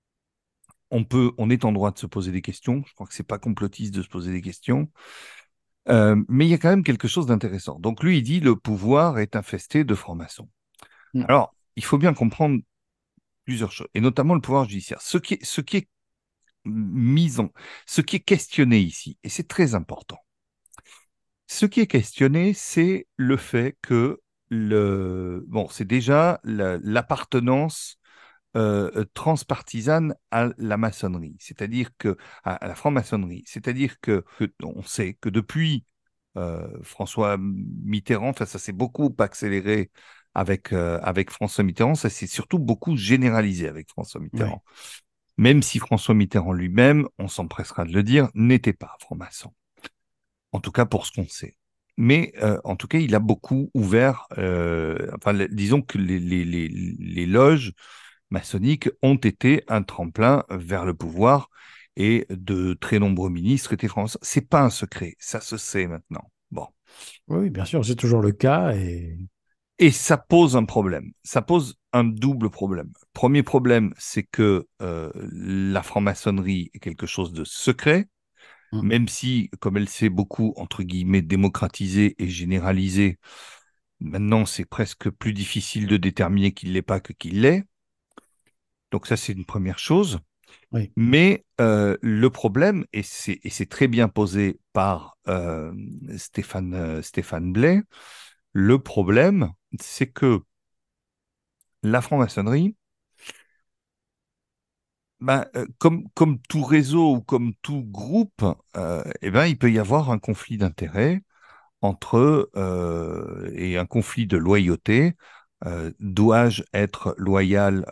on est en droit de se poser des questions. Je crois que c'est pas complotiste de se poser des questions. Mais il y a quand même quelque chose d'intéressant. Donc lui, il dit le pouvoir est infesté de francs-maçons. Mm. Alors, il faut bien comprendre plusieurs choses, et notamment le pouvoir judiciaire. Ce qui est mis en, ce qui est questionné ici, et c'est très important. Ce qui est questionné, c'est le fait que bon, c'est déjà l'appartenance transpartisane à la maçonnerie, c'est-à-dire que à la franc-maçonnerie, c'est-à-dire que on sait que depuis François Mitterrand, enfin ça s'est beaucoup accéléré avec François Mitterrand, ça s'est surtout beaucoup généralisé avec François Ouais. Mitterrand. Même si François Mitterrand lui-même, on s'empressera de le dire, n'était pas franc-maçon, en tout cas pour ce qu'on sait. Mais en tout cas, il a beaucoup ouvert, enfin, disons que les loges maçonniques ont été un tremplin vers le pouvoir et de très nombreux ministres étaient français. C'est pas un secret, ça se sait maintenant. Bon. Oui, oui, bien sûr, c'est toujours le cas. Et ça pose un problème. Ça pose un double problème. Premier problème, c'est que la franc-maçonnerie est quelque chose de secret, Mm. même si, comme elle s'est beaucoup, entre guillemets, démocratisée et généralisée, maintenant c'est presque plus difficile de déterminer qu'il l'est pas que qu'il l'est. Donc ça, c'est une première chose. Oui, Mais le problème, et c'est très bien posé par Stéphane Blais, le problème, c'est que la franc-maçonnerie, ben, comme tout réseau ou comme tout groupe, eh ben, il peut y avoir un conflit d'intérêts entre et un conflit de loyauté. Dois-je être loyal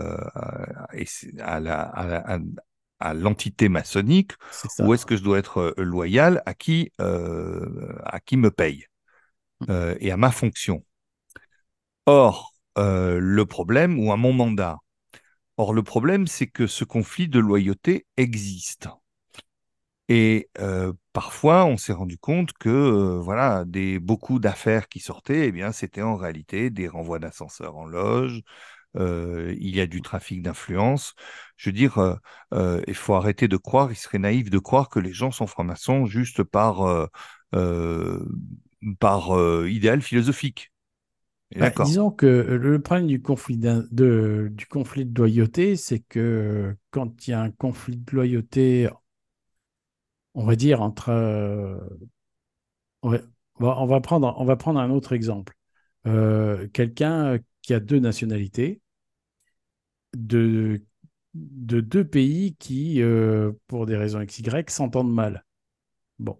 à l'entité maçonnique c'est ou ça. est-ce que je dois être loyal à qui me paye et à ma fonction? Or, le problème, ou à mon mandat, or, le problème, c'est que ce conflit de loyauté existe. Et parfois, on s'est rendu compte que voilà, beaucoup d'affaires qui sortaient, eh bien, c'était en réalité des renvois d'ascenseurs en loge. Il y a du trafic d'influence. Je veux dire, il faut arrêter de croire, il serait naïf de croire que les gens sont francs-maçons juste par idéal philosophique. D'accord. Disons que le problème du conflit de loyauté, c'est que quand il y a un conflit de loyauté, on va dire entre... ouais, on va prendre un autre exemple. Quelqu'un qui a deux nationalités, de, de deux pays qui, pour des raisons XY, s'entendent mal. Bon.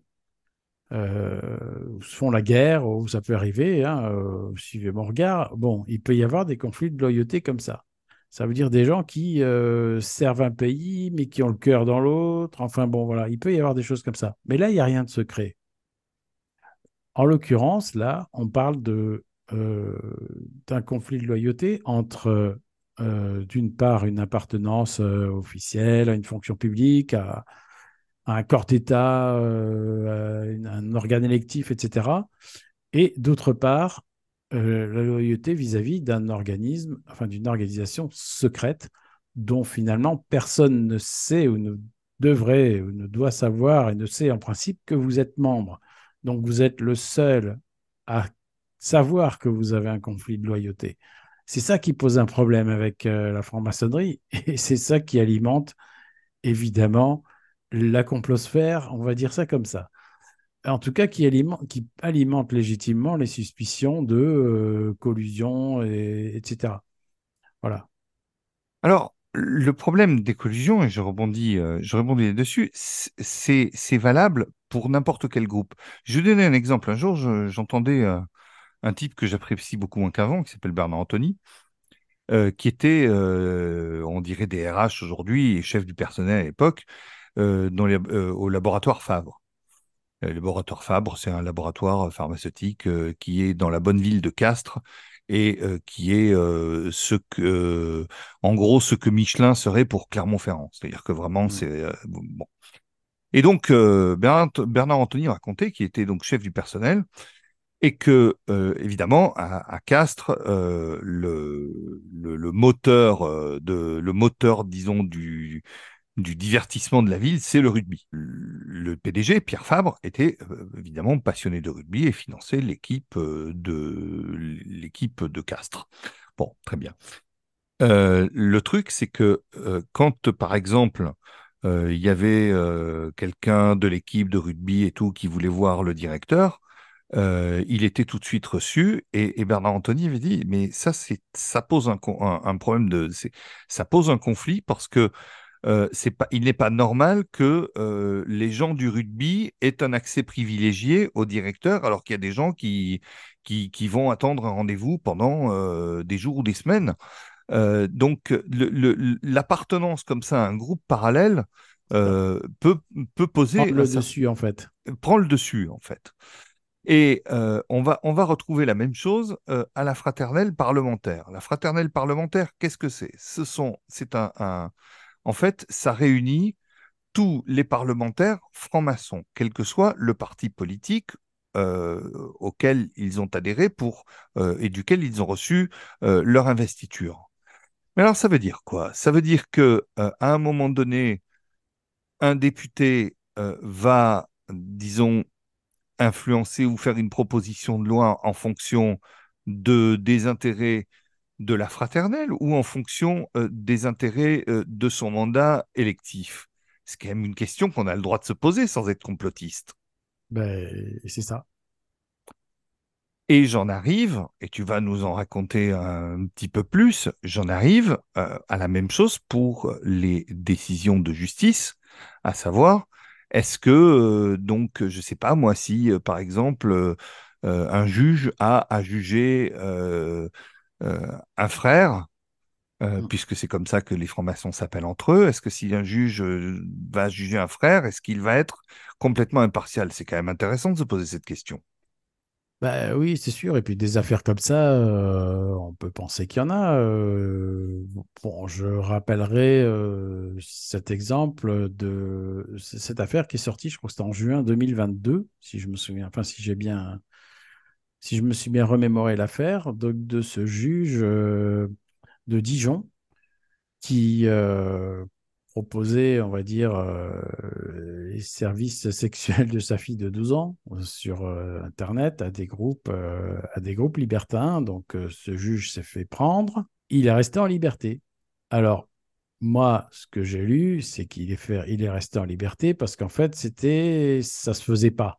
Se font la guerre, ou ça peut arriver, hein, suivez mon regard. Bon, il peut y avoir des conflits de loyauté comme ça. Ça veut dire des gens qui servent un pays, mais qui ont le cœur dans l'autre. Enfin bon, voilà, il peut y avoir des choses comme ça. Mais là, il n'y a rien de secret. En l'occurrence, là, on parle euh, d'un conflit de loyauté entre, d'une part, une appartenance officielle à une fonction publique, à un corps d'État, à un organe électif, etc. Et d'autre part, la loyauté vis-à-vis d'un organisme, enfin d'une organisation secrète dont finalement personne ne sait ou ne devrait ou ne doit savoir et ne sait en principe que vous êtes membre. Donc vous êtes le seul à savoir que vous avez un conflit de loyauté. C'est ça qui pose un problème avec la franc-maçonnerie et c'est ça qui alimente évidemment la complosphère, on va dire ça comme ça. En tout cas, qui alimente légitimement les suspicions de collusion, etc. Voilà. Alors, le problème des collusions, et je rebondis dessus, c'est valable pour n'importe quel groupe. Je vais donner un exemple. Un jour, j'entendais un type que j'apprécie beaucoup moins qu'avant, qui s'appelle Bernard Anthony, qui était, on dirait des RH aujourd'hui, et chef du personnel à l'époque, au laboratoire Fabre. Le laboratoire Fabre, c'est un laboratoire pharmaceutique qui est dans la bonne ville de Castres et qui est en gros, ce que Michelin serait pour Clermont-Ferrand. C'est-à-dire que vraiment, Mm. c'est bon. Et donc, Bernard Anthony racontait qu'il était donc chef du personnel et que, évidemment, à Castres, le moteur le moteur, disons, du divertissement de la ville, c'est le rugby. Le PDG, Pierre Fabre, était évidemment passionné de rugby et finançait l'équipe de Castres. Bon, très bien. Le truc, c'est que quand, par exemple, il y avait quelqu'un de l'équipe de rugby et tout qui voulait voir le directeur, il était tout de suite reçu et Bernard Anthony avait dit, mais ça pose un problème ça pose un conflit parce que il n'est pas normal que les gens du rugby aient un accès privilégié au directeur, alors qu'il y a des gens qui vont attendre un rendez-vous pendant des jours ou des semaines. Donc, l'appartenance comme ça à un groupe parallèle Ça peut, peut prend poser le dessus, en fait. prend le dessus, en fait. Et on va retrouver la même chose à la fraternelle parlementaire. La fraternelle parlementaire, qu'est-ce que c'est? C'est en fait, ça réunit tous les parlementaires francs-maçons, quel que soit le parti politique auquel ils ont adhéré et duquel ils ont reçu leur investiture. Mais alors, ça veut dire quoi? Ça veut dire que à un moment donné, un député va, disons, influencer ou faire une proposition de loi en fonction des intérêts de la fraternelle ou en fonction des intérêts de son mandat électif? C'est quand même une question qu'on a le droit de se poser sans être complotiste. Ben, c'est ça. Et j'en arrive, et tu vas nous en raconter un petit peu plus, j'en arrive à la même chose pour les décisions de justice, à savoir, est-ce que, donc, je sais pas, moi, si, par exemple, un juge a à juger un frère, Mm. puisque c'est comme ça que les francs-maçons s'appellent entre eux, est-ce que si un juge va juger un frère, est-ce qu'il va être complètement impartial? C'est quand même intéressant de se poser cette question. Ben, oui, c'est sûr. Et puis des affaires comme ça, on peut penser qu'il y en a. Bon, je rappellerai cet exemple de cette affaire qui est sortie, je crois que c'était en juin 2022, si je me souviens, enfin si je me suis bien remémoré l'affaire, de ce juge de Dijon qui proposait, on va dire, les services sexuels de sa fille de 12 ans sur Internet à des groupes libertins. Donc, ce juge s'est fait prendre. Il est resté en liberté. Alors, moi, ce que j'ai lu, c'est il est resté en liberté parce qu'en fait, ça se faisait pas.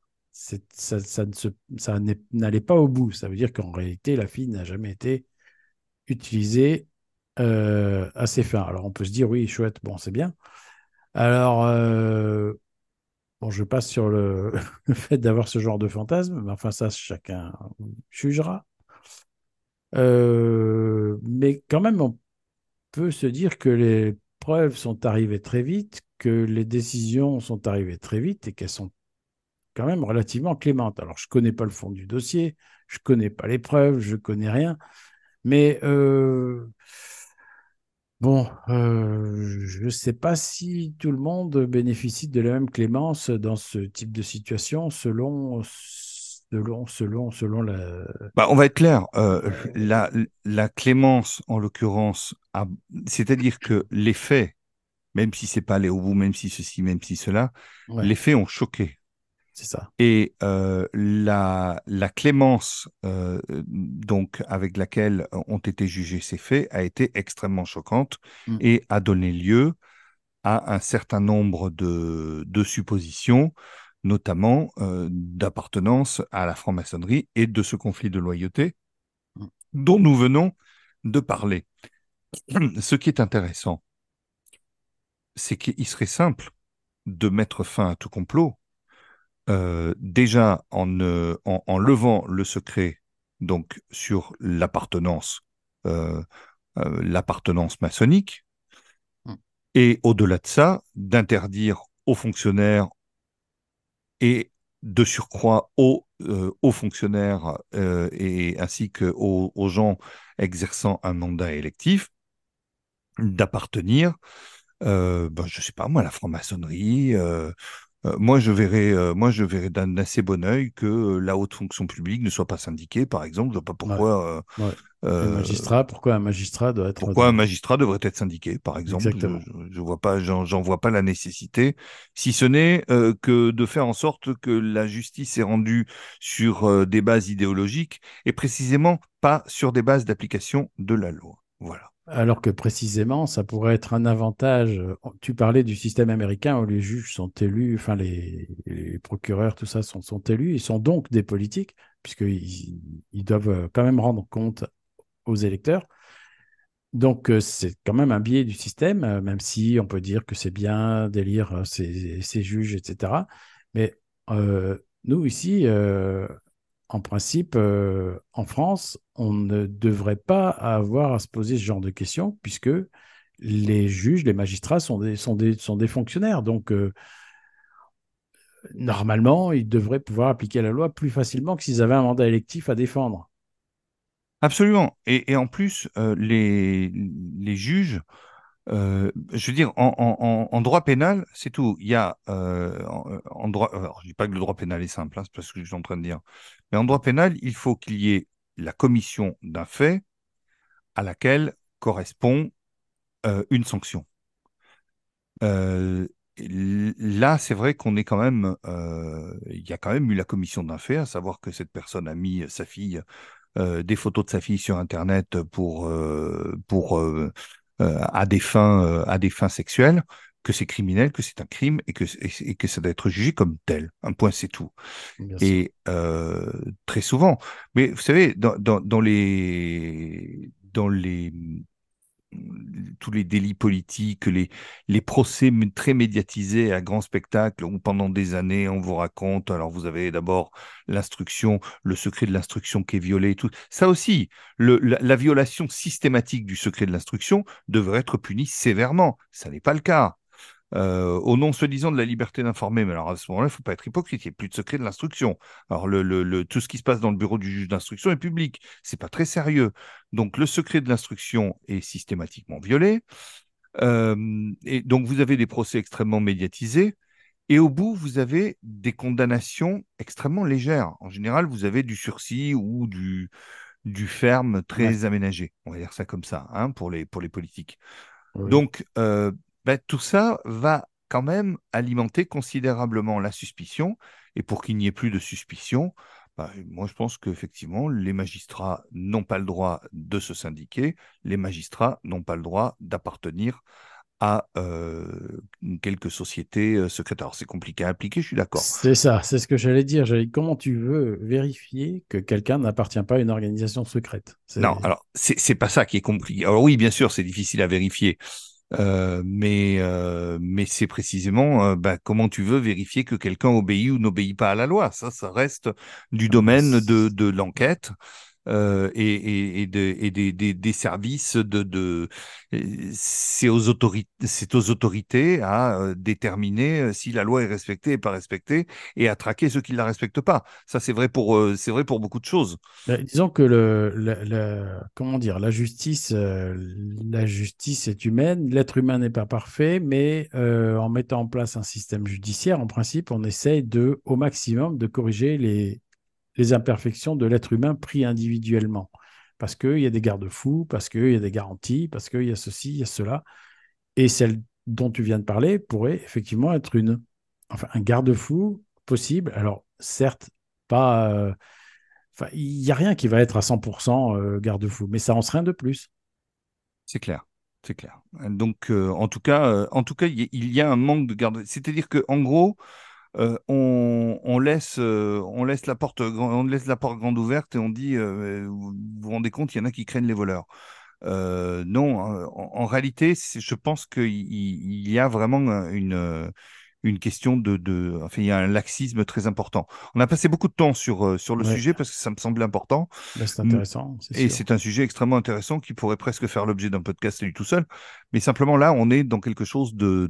Ça n'allait pas au bout. Ça veut dire qu'en réalité, la fille n'a jamais été utilisée à ses fins. Alors, on peut se dire, oui, chouette, bon, c'est bien. Alors, bon, je passe sur le fait d'avoir ce genre de fantasme, mais enfin, ça, chacun jugera. Mais quand même, on peut se dire que les preuves sont arrivées très vite, que les décisions sont arrivées très vite et qu'elles sont quand même relativement clémentes. Alors, je ne connais pas le fond du dossier, je ne connais pas les preuves, je ne connais rien, mais bon, je ne sais pas si tout le monde bénéficie de la même clémence dans ce type de situation selon la... Bah, on va être clair, la clémence, en l'occurrence, c'est-à-dire que les faits, même si c'est pas allé au bout, même si ceci, même si cela, Ouais, les faits ont choqué. c'est ça. Et la clémence donc avec laquelle ont été jugés ces faits a été extrêmement choquante Mm. et a donné lieu à un certain nombre de suppositions, notamment d'appartenance à la franc-maçonnerie et de ce conflit de loyauté Mm. dont nous venons de parler. Ce qui est intéressant, c'est qu'il serait simple de mettre fin à tout complot, déjà en levant le secret donc sur l'appartenance maçonnique, Mm. et au-delà de ça, d'interdire aux fonctionnaires et de surcroît aux fonctionnaires et ainsi qu'aux gens exerçant un mandat électif d'appartenir, je sais pas moi, à la franc-maçonnerie. Moi, je verrais d'un assez bon œil que la haute fonction publique ne soit pas syndiquée, par exemple. Je vois pas Ouais, ouais. Les euh, magistrats, pourquoi un magistrat doit être pourquoi un magistrat devrait être syndiqué, par exemple. Exactement. Je vois pas, j'en vois pas la nécessité, si ce n'est que de faire en sorte que la justice est rendue sur des bases idéologiques et précisément pas sur des bases d'application de la loi. Voilà. Alors que précisément, ça pourrait être un avantage. Tu parlais du système américain où les juges sont élus, enfin les procureurs, tout ça sont élus, ils sont donc des politiques, puisqu'ils doivent quand même rendre compte aux électeurs. Donc, c'est quand même un biais du système, même si on peut dire que c'est bien d'élire ces juges, etc. Mais nous, ici, en principe, en France, on ne devrait pas avoir à se poser ce genre de questions, puisque les juges, les magistrats sont des fonctionnaires. Donc, normalement, ils devraient pouvoir appliquer la loi plus facilement que s'ils avaient un mandat électif à défendre. Absolument. Et en plus, les juges, je veux dire, en droit pénal, c'est tout. Il y a en droit, alors, je dis pas que le droit pénal est simple, hein, c'est pas ce que je suis en train de dire, mais en droit pénal, il faut qu'il y ait la commission d'un fait à laquelle correspond une sanction. Euh, Là, c'est vrai qu'on est quand même, il y a quand même eu la commission d'un fait, à savoir que cette personne a mis sa fille des photos de sa fille sur Internet à des fins sexuelles, que c'est criminel, que c'est un crime et que ça doit être jugé comme tel. Un point, c'est tout. Bien sûr. Et très souvent, mais vous savez, dans les tous les délits politiques, les procès très médiatisés à grand spectacle où pendant des années on vous raconte, alors vous avez d'abord l'instruction, le secret de l'instruction qui est violé et tout. Ça aussi, la violation systématique du secret de l'instruction devrait être punie sévèrement. Ça n'est pas le cas. Au nom soi-disant de la liberté d'informer, mais alors à ce moment-là, il ne faut pas être hypocrite, il n'y a plus de secret de l'instruction. Alors tout ce qui se passe dans le bureau du juge d'instruction est public, c'est pas très sérieux. Donc le secret de l'instruction est systématiquement violé, et donc vous avez des procès extrêmement médiatisés, et au bout, vous avez des condamnations extrêmement légères. En général, vous avez du sursis ou du ferme Ouais. très aménagé, on va dire ça comme ça, hein, pour les politiques. Oui. Donc, tout ça va quand même alimenter considérablement la suspicion. Et pour qu'il n'y ait plus de suspicion, bah, moi je pense qu'effectivement, les magistrats n'ont pas le droit de se syndiquer, les magistrats n'ont pas le droit d'appartenir à quelques sociétés secrètes. Alors c'est compliqué à appliquer, je suis d'accord. C'est ça, c'est ce que j'allais dire. Comment tu veux vérifier que quelqu'un n'appartient pas à une organisation secrète? Non, alors c'est pas ça qui est compliqué. Alors oui, bien sûr, c'est difficile à vérifier. Mais c'est précisément bah, comment tu veux vérifier que quelqu'un obéit ou n'obéit pas à la loi. Ça reste du Ah bah, domaine de l'enquête des services c'est aux autorités à déterminer si la loi est respectée et pas respectée et à traquer ceux qui ne la respectent pas. Ça, c'est vrai pour beaucoup de choses. disons que comment dire, la justice est humaine, l'être humain n'est pas parfait, mais en mettant en place un système judiciaire, en principe, on essaye au maximum de corriger les imperfections de l'être humain pris individuellement. Parce qu'il y a des garde-fous, parce qu'il y a des garanties, parce qu'il y a ceci, il y a cela. Et celle dont tu viens de parler pourrait effectivement être un garde-fou possible. Alors, certes, pas. Il n'y a rien qui va être à 100% garde-fou, mais ça en serait un de plus. C'est clair. C'est clair. Donc, en tout cas, il y a un manque de garde. C'est-à-dire que, en gros, on laisse on laisse la porte grande ouverte et on dit, vous vous rendez compte, il y en a qui craignent les voleurs. Non, en réalité, je pense qu'il y a vraiment une question enfin, il y a un laxisme très important. On a passé beaucoup de temps sur le Ouais, sujet parce que ça me semblait important. ben, c'est intéressant, c'est Et sûr. c'est un sujet extrêmement intéressant qui pourrait presque faire l'objet d'un podcast à lui tout seul. Mais simplement là, on est dans quelque chose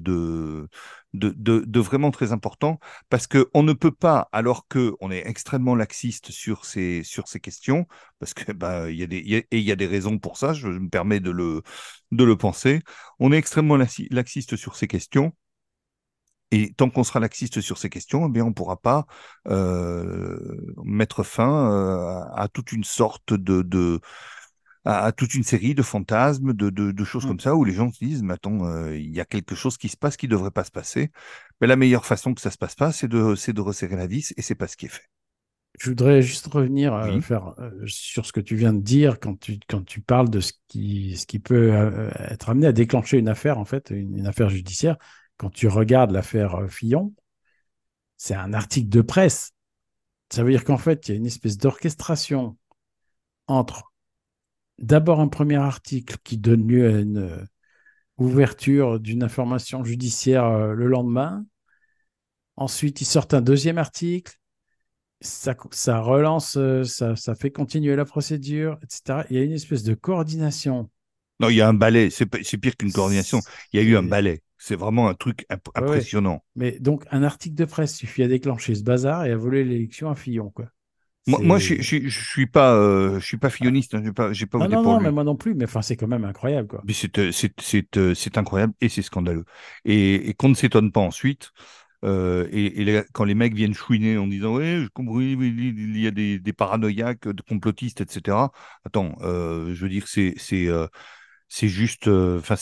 de vraiment très important parce qu'on ne peut pas, alors qu'on est extrêmement laxiste sur ces questions, parce que bah, il y a des raisons pour ça, je me permets de le penser. On est extrêmement laxiste sur ces questions. Et tant qu'on sera laxiste sur ces questions, eh bien, on ne pourra pas mettre fin à toute une sorte à toute une série de fantasmes, de choses Mm. comme ça, où les gens se disent, mais attends, il y a quelque chose qui se passe qui ne devrait pas se passer. Mais la meilleure façon que ça se passe pas, c'est de resserrer la vis, et c'est pas ce qui est fait. Je voudrais juste revenir Oui. sur ce que tu viens de dire quand tu parles de ce qui peut être amené à déclencher une affaire, en fait, une affaire judiciaire. Quand tu regardes l'affaire Fillon, c'est un article de presse. Ça veut dire qu'en fait, il y a une espèce d'orchestration entre d'abord un premier article qui donne lieu à une ouverture d'une information judiciaire le lendemain. Ensuite, ils sortent un deuxième article. Ça relance, ça fait continuer la procédure, etc. Il y a une espèce de coordination. Non, il y a un balai, c'est pire qu'une coordination. Il y a eu un C'est... balai. C'est vraiment un truc Ouais, ouais. impressionnant. Mais donc, un article de presse suffit à déclencher ce bazar et à voler l'élection à Fillon, quoi. Moi, C'est... je suis pas filloniste, hein, j'ai pas Non, voté non, pour non, mais lui. moi non plus. Mais enfin, c'est quand même incroyable, quoi. Mais c'est incroyable et c'est scandaleux. Et qu'on ne s'étonne pas ensuite. Quand les mecs viennent chouiner en disant ouais, je comprends, oui, oui, il y a des paranoïaques, de complotistes, etc. Attends, je veux dire, c'est juste, enfin,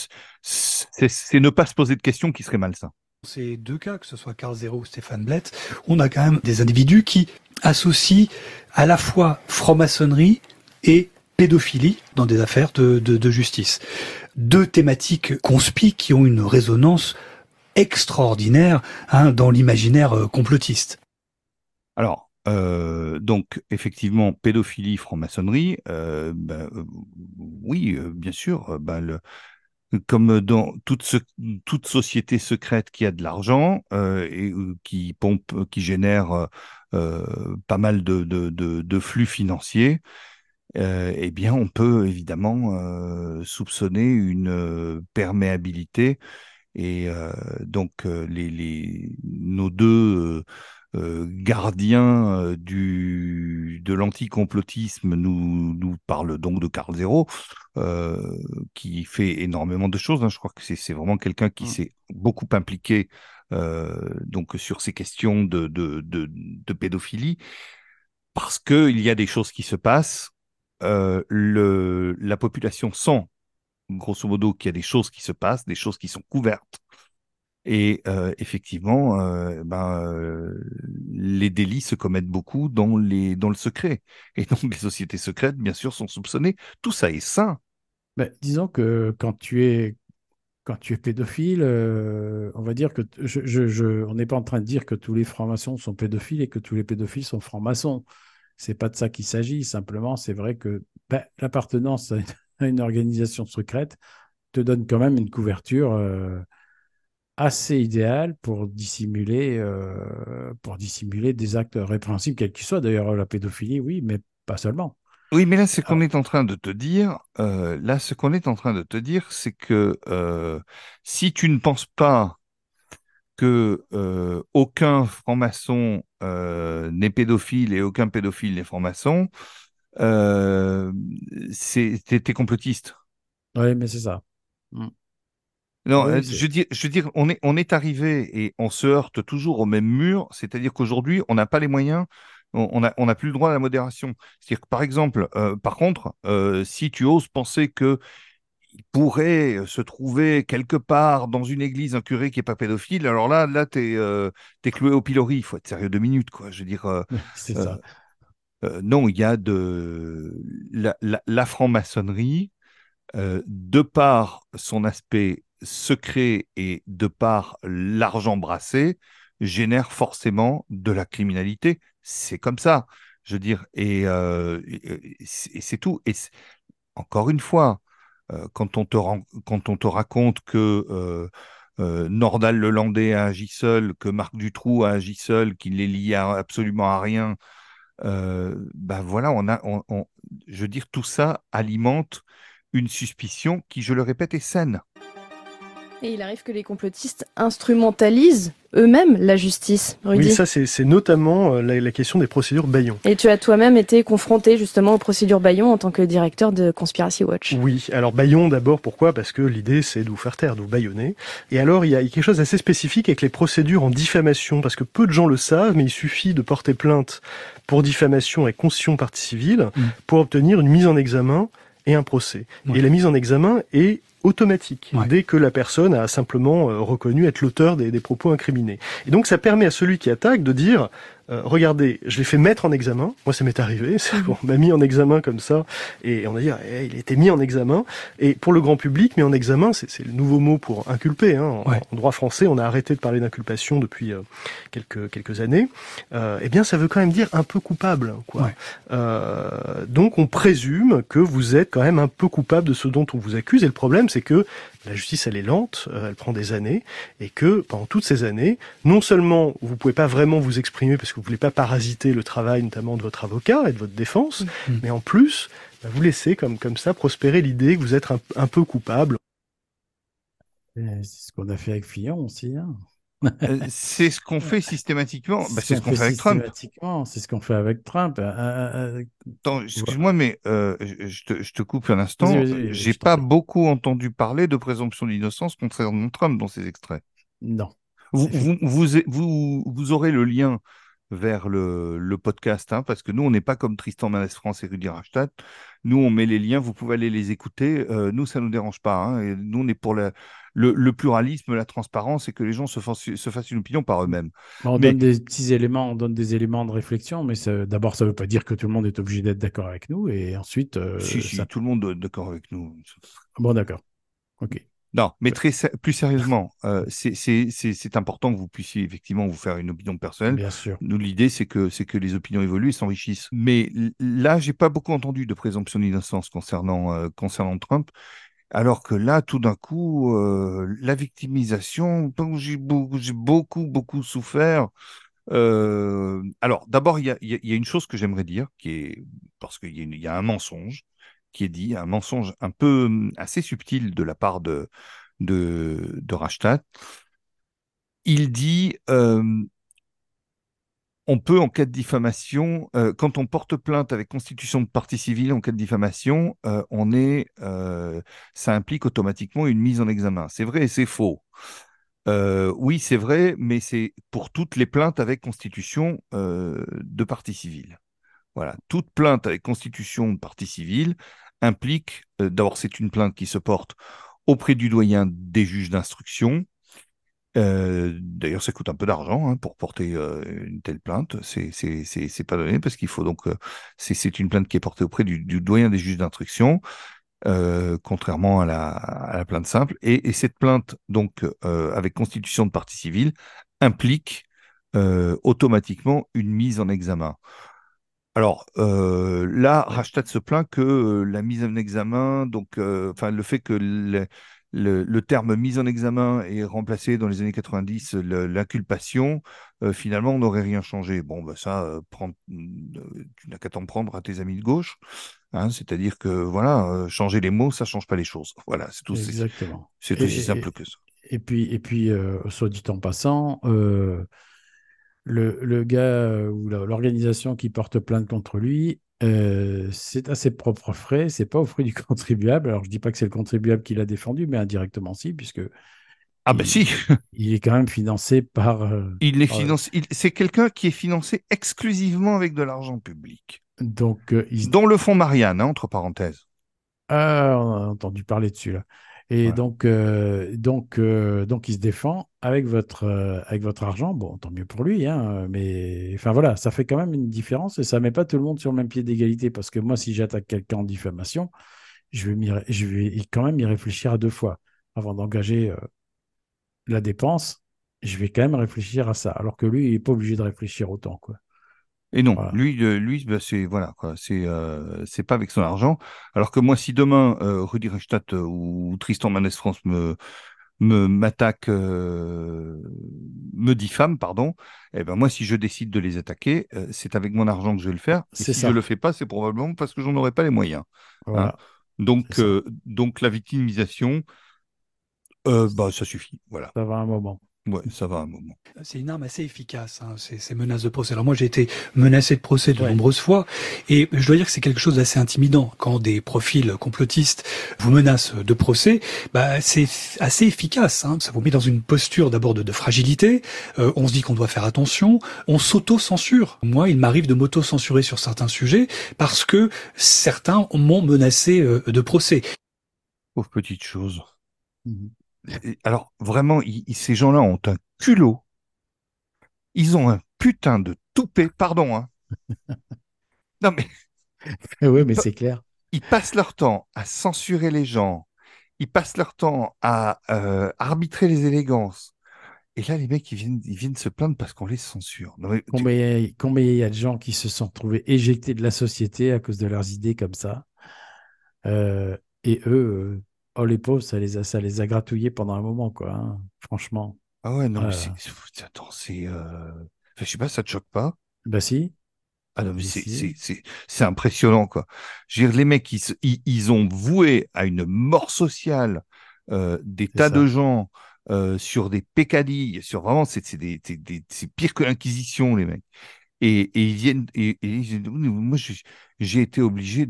c'est ne pas se poser de questions qui serait malsain. Dans ces deux cas, que ce soit Karl Zero ou Stéphane Blett, on a quand même des individus qui associent à la fois franc-maçonnerie et pédophilie dans des affaires de justice. Deux thématiques conspicues qui ont une résonance extraordinaire dans l'imaginaire complotiste. Alors, donc, effectivement, pédophilie, franc-maçonnerie, oui, bien sûr, comme dans toute société secrète qui a de l'argent qui pompe, qui génère pas mal de flux financiers, eh bien, on peut évidemment soupçonner une perméabilité et donc nos deux gardiens de l'anticomplotisme nous parlent donc de Karl Zero, qui fait énormément de choses, hein. Je crois que c'est vraiment quelqu'un qui Mm. s'est beaucoup impliqué donc sur ces questions de pédophilie, parce qu'il y a des choses qui se passent. La population sent grosso modo qu'il y a des choses qui se passent, des choses qui sont couvertes Et effectivement, les délits se commettent beaucoup dans le secret. Et donc les sociétés secrètes, bien sûr, sont soupçonnées. Tout ça est sain. Ben, disons que quand tu es pédophile, on va dire que on n'est pas en train de dire que tous les francs-maçons sont pédophiles et que tous les pédophiles sont francs-maçons. C'est pas de ça qu'il s'agit. Simplement, c'est vrai que l'appartenance à à une organisation secrète te donne quand même une couverture assez idéale pour dissimuler des actes répréhensibles, quels qu'ils soient. D'ailleurs, la pédophilie, oui, mais pas seulement. Oui, mais là, ce qu'on Alors, est en train de te dire, c'est que si tu ne penses pas que aucun franc-maçon n'est pédophile et aucun pédophile n'est franc-maçon, euh, t'es complotiste. oui, mais c'est ça. Mm. Non, Oui, je veux dire, on est arrivé et on se heurte toujours au même mur, c'est-à-dire qu'aujourd'hui, on n'a pas les moyens, on n'a plus le droit à la modération. C'est-à-dire que, par exemple, par contre, si tu oses penser que il pourrait se trouver quelque part dans une église un curé qui est pas pédophile, alors là, t'es cloué au pilori. Il faut être sérieux 2 minutes, quoi. Je veux dire, c'est euh, ça. non, il y a la franc-maçonnerie, de par son aspect secret et de par l'argent brassé, génère forcément de la criminalité. C'est comme ça. Je veux dire, et c'est tout. Encore une fois, quand on te raconte que Nordal Lelandais a agi seul, que Marc Dutroux a agi seul, qu'il est lié absolument à rien, ben voilà, je veux dire, tout ça alimente une suspicion qui, je le répète, est saine. Et il arrive que les complotistes instrumentalisent eux-mêmes la justice, Oui, Rudy. ça c'est notamment la question des procédures Bayon. Et tu as toi-même été confronté justement aux procédures Bayon en tant que directeur de Conspiracy Watch. Oui, alors Bayon d'abord, pourquoi? Parce que l'idée c'est de vous faire taire, de vous bâillonner. Et alors il y a quelque chose d'assez spécifique avec les procédures en diffamation, parce que peu de gens le savent, mais il suffit de porter plainte pour diffamation et constitution de partie civile pour obtenir une mise en examen et un procès. Ouais. Et la mise en examen est automatique, Ouais. dès que la personne a simplement reconnu être l'auteur des propos incriminés. Et donc ça permet à celui qui attaque de dire regardez, je l'ai fait mettre en examen. Moi, ça m'est arrivé. On m'a mis en examen comme ça, et on a dit il était mis en examen. Et pour le grand public, mis en examen, c'est le nouveau mot pour inculper. Hein. Ouais. En droit français, on a arrêté de parler d'inculpation depuis quelques années. Eh bien, ça veut quand même dire un peu coupable, quoi. Ouais. Donc, on présume que vous êtes quand même un peu coupable de ce dont on vous accuse. Et le problème, c'est que la justice, elle est lente, elle prend des années, et que pendant toutes ces années, non seulement vous pouvez pas vraiment vous exprimer parce que vous voulez pas parasiter le travail notamment de votre avocat et de votre défense, mais en plus, vous laissez comme ça prospérer l'idée que vous êtes un peu coupable. C'est ce qu'on a fait avec Fillon aussi. Hein. C'est ce qu'on fait systématiquement. C'est Bah, ce c'est qu'on ce qu'on fait fait avec Trump. systématiquement. C'est ce qu'on fait avec Trump. Attends, Voilà. excuse-moi, mais je te coupe un Vas-y, instant. vas-y, J'ai je t'en pas prie. beaucoup entendu parler de présomption d'innocence concernant Trump dans ces extraits. Non. Vous, C'est vous, vous, vous aurez le lien vers le podcast, hein, parce que nous, on n'est pas comme Tristan Manès France et Rudy Rastatt. Nous, on met les liens, vous pouvez aller les écouter. Nous, ça ne nous dérange pas. Hein, et nous, on est pour le pluralisme, la transparence et que les gens se fassent une opinion par eux-mêmes. On Mais donne des petits éléments, on donne des éléments de réflexion, mais d'abord, ça ne veut pas dire que tout le monde est obligé d'être d'accord avec nous. Et ensuite, si, tout le monde est d'accord avec nous. Bon, d'accord. OK. Non, mais Ouais. plus sérieusement, c'est important que vous puissiez effectivement vous faire une opinion personnelle. Bien sûr. Nous, l'idée, c'est que les opinions évoluent et s'enrichissent. Mais là, j'ai pas beaucoup entendu de présomption d'innocence concernant Trump, alors que là, tout d'un coup, la victimisation, dont j'ai beaucoup souffert. Alors, d'abord, il y a une chose que j'aimerais dire, parce qu'il y a un mensonge qui est dit, un mensonge un peu assez subtil de la part de Rashtat. Il dit, on peut, en cas de diffamation, quand on porte plainte avec constitution de partie civile en cas de diffamation, ça implique automatiquement une mise en examen. C'est vrai et c'est faux. Oui, c'est vrai, mais c'est pour toutes les plaintes avec constitution de partie civile. Voilà, toute plainte avec constitution de partie civile implique, d'abord, c'est une plainte qui se porte auprès du doyen des juges d'instruction, D'ailleurs, ça coûte un peu d'argent pour porter une telle plainte. C'est pas donné parce qu'il faut donc c'est une plainte qui est portée auprès du doyen des juges d'instruction, contrairement à la plainte simple. Et cette plainte, donc avec constitution de partie civile, implique automatiquement une mise en examen. Alors là, Rachtat se plaint que la mise en examen, donc, enfin le fait que le terme mise en examen est remplacé dans les années 90, l'inculpation, finalement, on n'aurait rien changé. Bon, bah ça, tu n'as qu'à t'en prendre à tes amis de gauche, hein, c'est-à-dire que voilà, changer les mots, ça change pas les choses. Voilà, Exactement. c'est aussi simple que ça. Soit dit en passant, le gars ou l'organisation qui porte plainte contre lui, c'est à ses propres frais, c'est pas aux frais du contribuable. Alors, je dis pas que c'est le contribuable qui l'a défendu, mais indirectement si, puisque Ah ben si, il est quand même financé par. il est Par- financé, c'est quelqu'un qui est financé exclusivement avec de l'argent public, donc, dont le fonds Marianne, hein, entre parenthèses. Ah, on a entendu parler dessus là. Et Voilà. donc, il se défend avec votre argent. Bon, tant mieux pour lui, hein, mais enfin voilà, ça fait quand même une différence et ça met pas tout le monde sur le même pied d'égalité. Parce que moi, si j'attaque quelqu'un en diffamation, je vais quand même y réfléchir à deux fois avant d'engager la dépense. Je vais quand même réfléchir à ça. Alors que lui, il n'est pas obligé de réfléchir autant, quoi. Et non, Voilà. lui, bah, c'est voilà quoi, c'est pas avec son argent. Alors que moi, si demain Rudi Reichstadt ou Tristan Manès France m'attaque, me diffame, pardon, eh ben moi, si je décide de les attaquer, c'est avec mon argent que je vais le faire. Et C'est si je le ça. fais pas, c'est probablement parce que j'en aurai pas les moyens. Hein. Voilà. C'est ça. Donc la victimisation, bah ça suffit. Voilà. Ça va un moment. Ouais, ça va un moment. C'est une arme assez efficace, hein, ces menaces de procès. Alors moi, j'ai été menacé de procès de Ouais. nombreuses fois, et je dois dire que c'est quelque chose d'assez intimidant quand des profils complotistes vous menacent de procès. Bah, c'est assez efficace. Hein, ça vous met dans une posture d'abord de fragilité. On se dit qu'on doit faire attention. On s'auto-censure. Moi, il m'arrive de m'auto-censurer sur certains sujets parce que certains m'ont menacé de procès. Pauvre petite chose. Mhm. Alors, vraiment, ces gens-là ont un culot. Ils ont un putain de toupet, pardon, hein. Non, mais Oui, ils, mais pa- c'est clair. ils passent leur temps à censurer les gens. Ils passent leur temps à arbitrer les élégances. Et là, les mecs, ils viennent se plaindre parce qu'on les censure. Non, mais Combien il y a de gens qui se sont trouvés éjectés de la société à cause de leurs idées comme ça. Euh, et eux, oh les pauvres, ça les a gratouillés pendant un moment, quoi. Hein. Franchement. ah ouais, non, mais Euh, attends, enfin, je sais pas, ça te choque pas? bah si, Ah non, mais si, si, c'est impressionnant, quoi. Je veux dire, les mecs, ils ont voué à une mort sociale des c'est tas de ça. gens sur des peccadilles, sur vraiment, c'est pire que l'Inquisition, les mecs. Et ils viennent, et ils disent, oui, moi, j'ai été obligé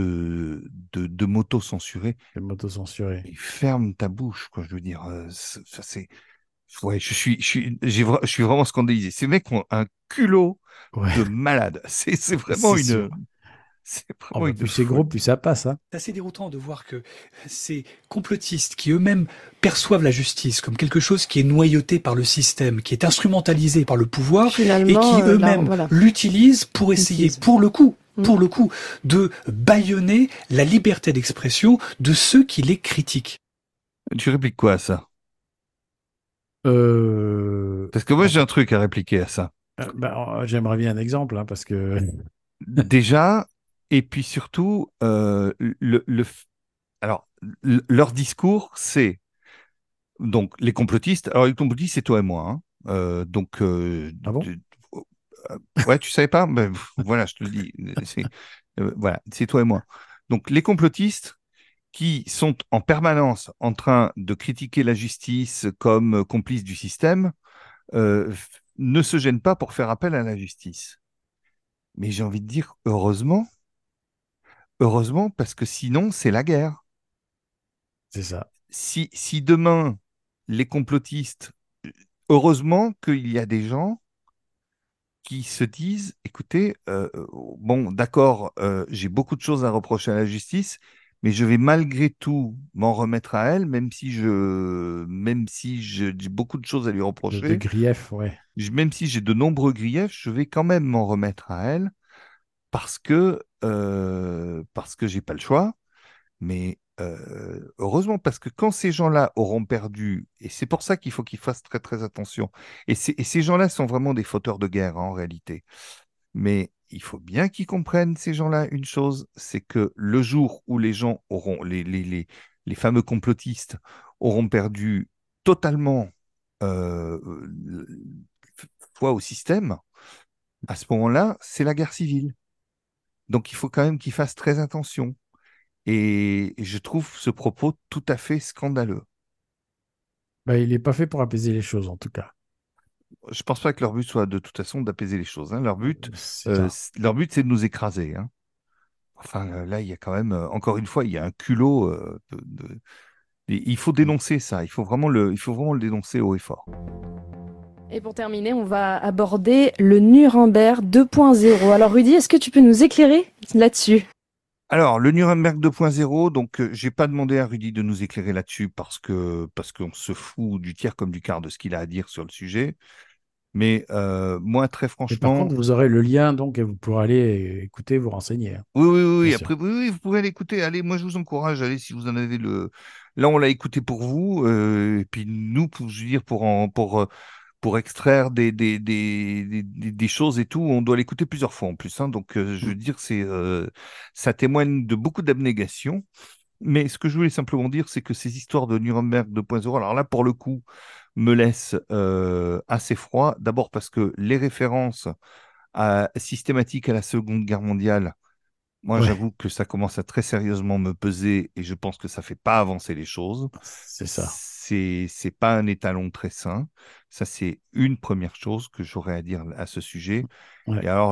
de m'auto-censurer. Les motos censurées. Et ferme ta bouche, quoi. Je veux dire, ça c'est, ouais, je suis vraiment scandalisé. Ces mecs ont un culot Ouais, de malade. C'est vraiment c'est sûr. c'est Oh, vraiment bah, une plus c'est gros, folie. plus ça passe. Hein. C'est assez déroutant de voir que ces complotistes qui eux-mêmes perçoivent la justice comme quelque chose qui est noyauté par le système, qui est instrumentalisé par le pouvoir, et Finalement, qui là, eux-mêmes voilà. l'utilisent pour essayer, Utilise. pour le coup, de bâillonner la liberté d'expression de ceux qui les critiquent. Tu répliques quoi à ça? Parce que moi, En j'ai un fait, truc à répliquer à ça. j'aimerais bien un exemple, hein, parce que Déjà, et puis surtout, alors, leur discours, c'est donc les complotistes. Alors, les complotistes, c'est toi et moi. Hein. Donc, ah bon? ouais, tu savais pas? Ben, voilà, je te le dis. Voilà, c'est toi et moi. Donc, les complotistes qui sont en permanence en train de critiquer la justice comme complice du système, ne se gênent pas pour faire appel à la justice. Mais j'ai envie de dire heureusement, heureusement, parce que sinon, c'est la guerre. C'est ça. Si demain, les complotistes, heureusement qu'il y a des gens qui se disent, écoutez, bon, d'accord, j'ai beaucoup de choses à reprocher à la justice, mais je vais malgré tout m'en remettre à elle, même si j'ai beaucoup de choses à lui De reprocher, grief, ouais. même si j'ai de nombreux griefs, je vais quand même m'en remettre à elle parce que j'ai pas le choix. Mais heureusement, parce que quand ces gens-là auront perdu, et c'est pour ça qu'il faut qu'ils fassent très très attention, et ces gens-là sont vraiment des fauteurs de guerre hein, en réalité. Mais il faut bien qu'ils comprennent, ces gens-là, une chose, c'est que le jour où les gens auront, les fameux complotistes auront perdu totalement euh, foi au système, à ce moment-là, c'est la guerre civile. Donc il faut quand même qu'ils fassent très attention. Et je trouve ce propos tout à fait scandaleux. Bah, il n'est pas fait pour apaiser les choses, en tout cas. Je pense pas que leur but soit de toute façon d'apaiser les choses. Hein. C'est ça. Leur but, c'est de nous écraser. Hein. Enfin, là, il y a quand même, encore une fois, il y a un culot. Et il faut dénoncer ça. Il faut vraiment le dénoncer haut et fort. Et pour terminer, on va aborder le Nuremberg 2.0. Alors Rudy, est-ce que tu peux nous éclairer là-dessus? Alors, le Nuremberg 2.0, donc j'ai pas demandé à Rudy de nous éclairer là-dessus parce qu'on se fout du tiers comme du quart de ce qu'il a à dire sur le sujet. Mais moi, très Et par franchement, contre, vous aurez le lien, donc, et vous pourrez aller écouter, vous renseigner, hein, oui, oui, oui, bien oui. sûr. Après, oui, oui, vous pouvez l'écouter. Allez, moi, je vous encourage. Allez, si vous en avez le. Là, on l'a écouté pour vous. Et puis, nous, pour, je veux dire, pour extraire des choses et tout, on doit l'écouter plusieurs fois en plus. Hein. Donc, je Mm. veux dire, ça témoigne de beaucoup d'abnégation. Mais ce que je voulais simplement dire, c'est que ces histoires de Nuremberg 2.0, alors là, pour le coup, me laissent assez froid. D'abord parce que les références systématiques à la Seconde Guerre mondiale, moi, Ouais, j'avoue que ça commence à très sérieusement me peser et je pense que ça fait pas avancer les choses. c'est ça. C'est pas un étalon très sain. Ça, c'est une première chose que j'aurais à dire à ce sujet. Ouais. Et alors,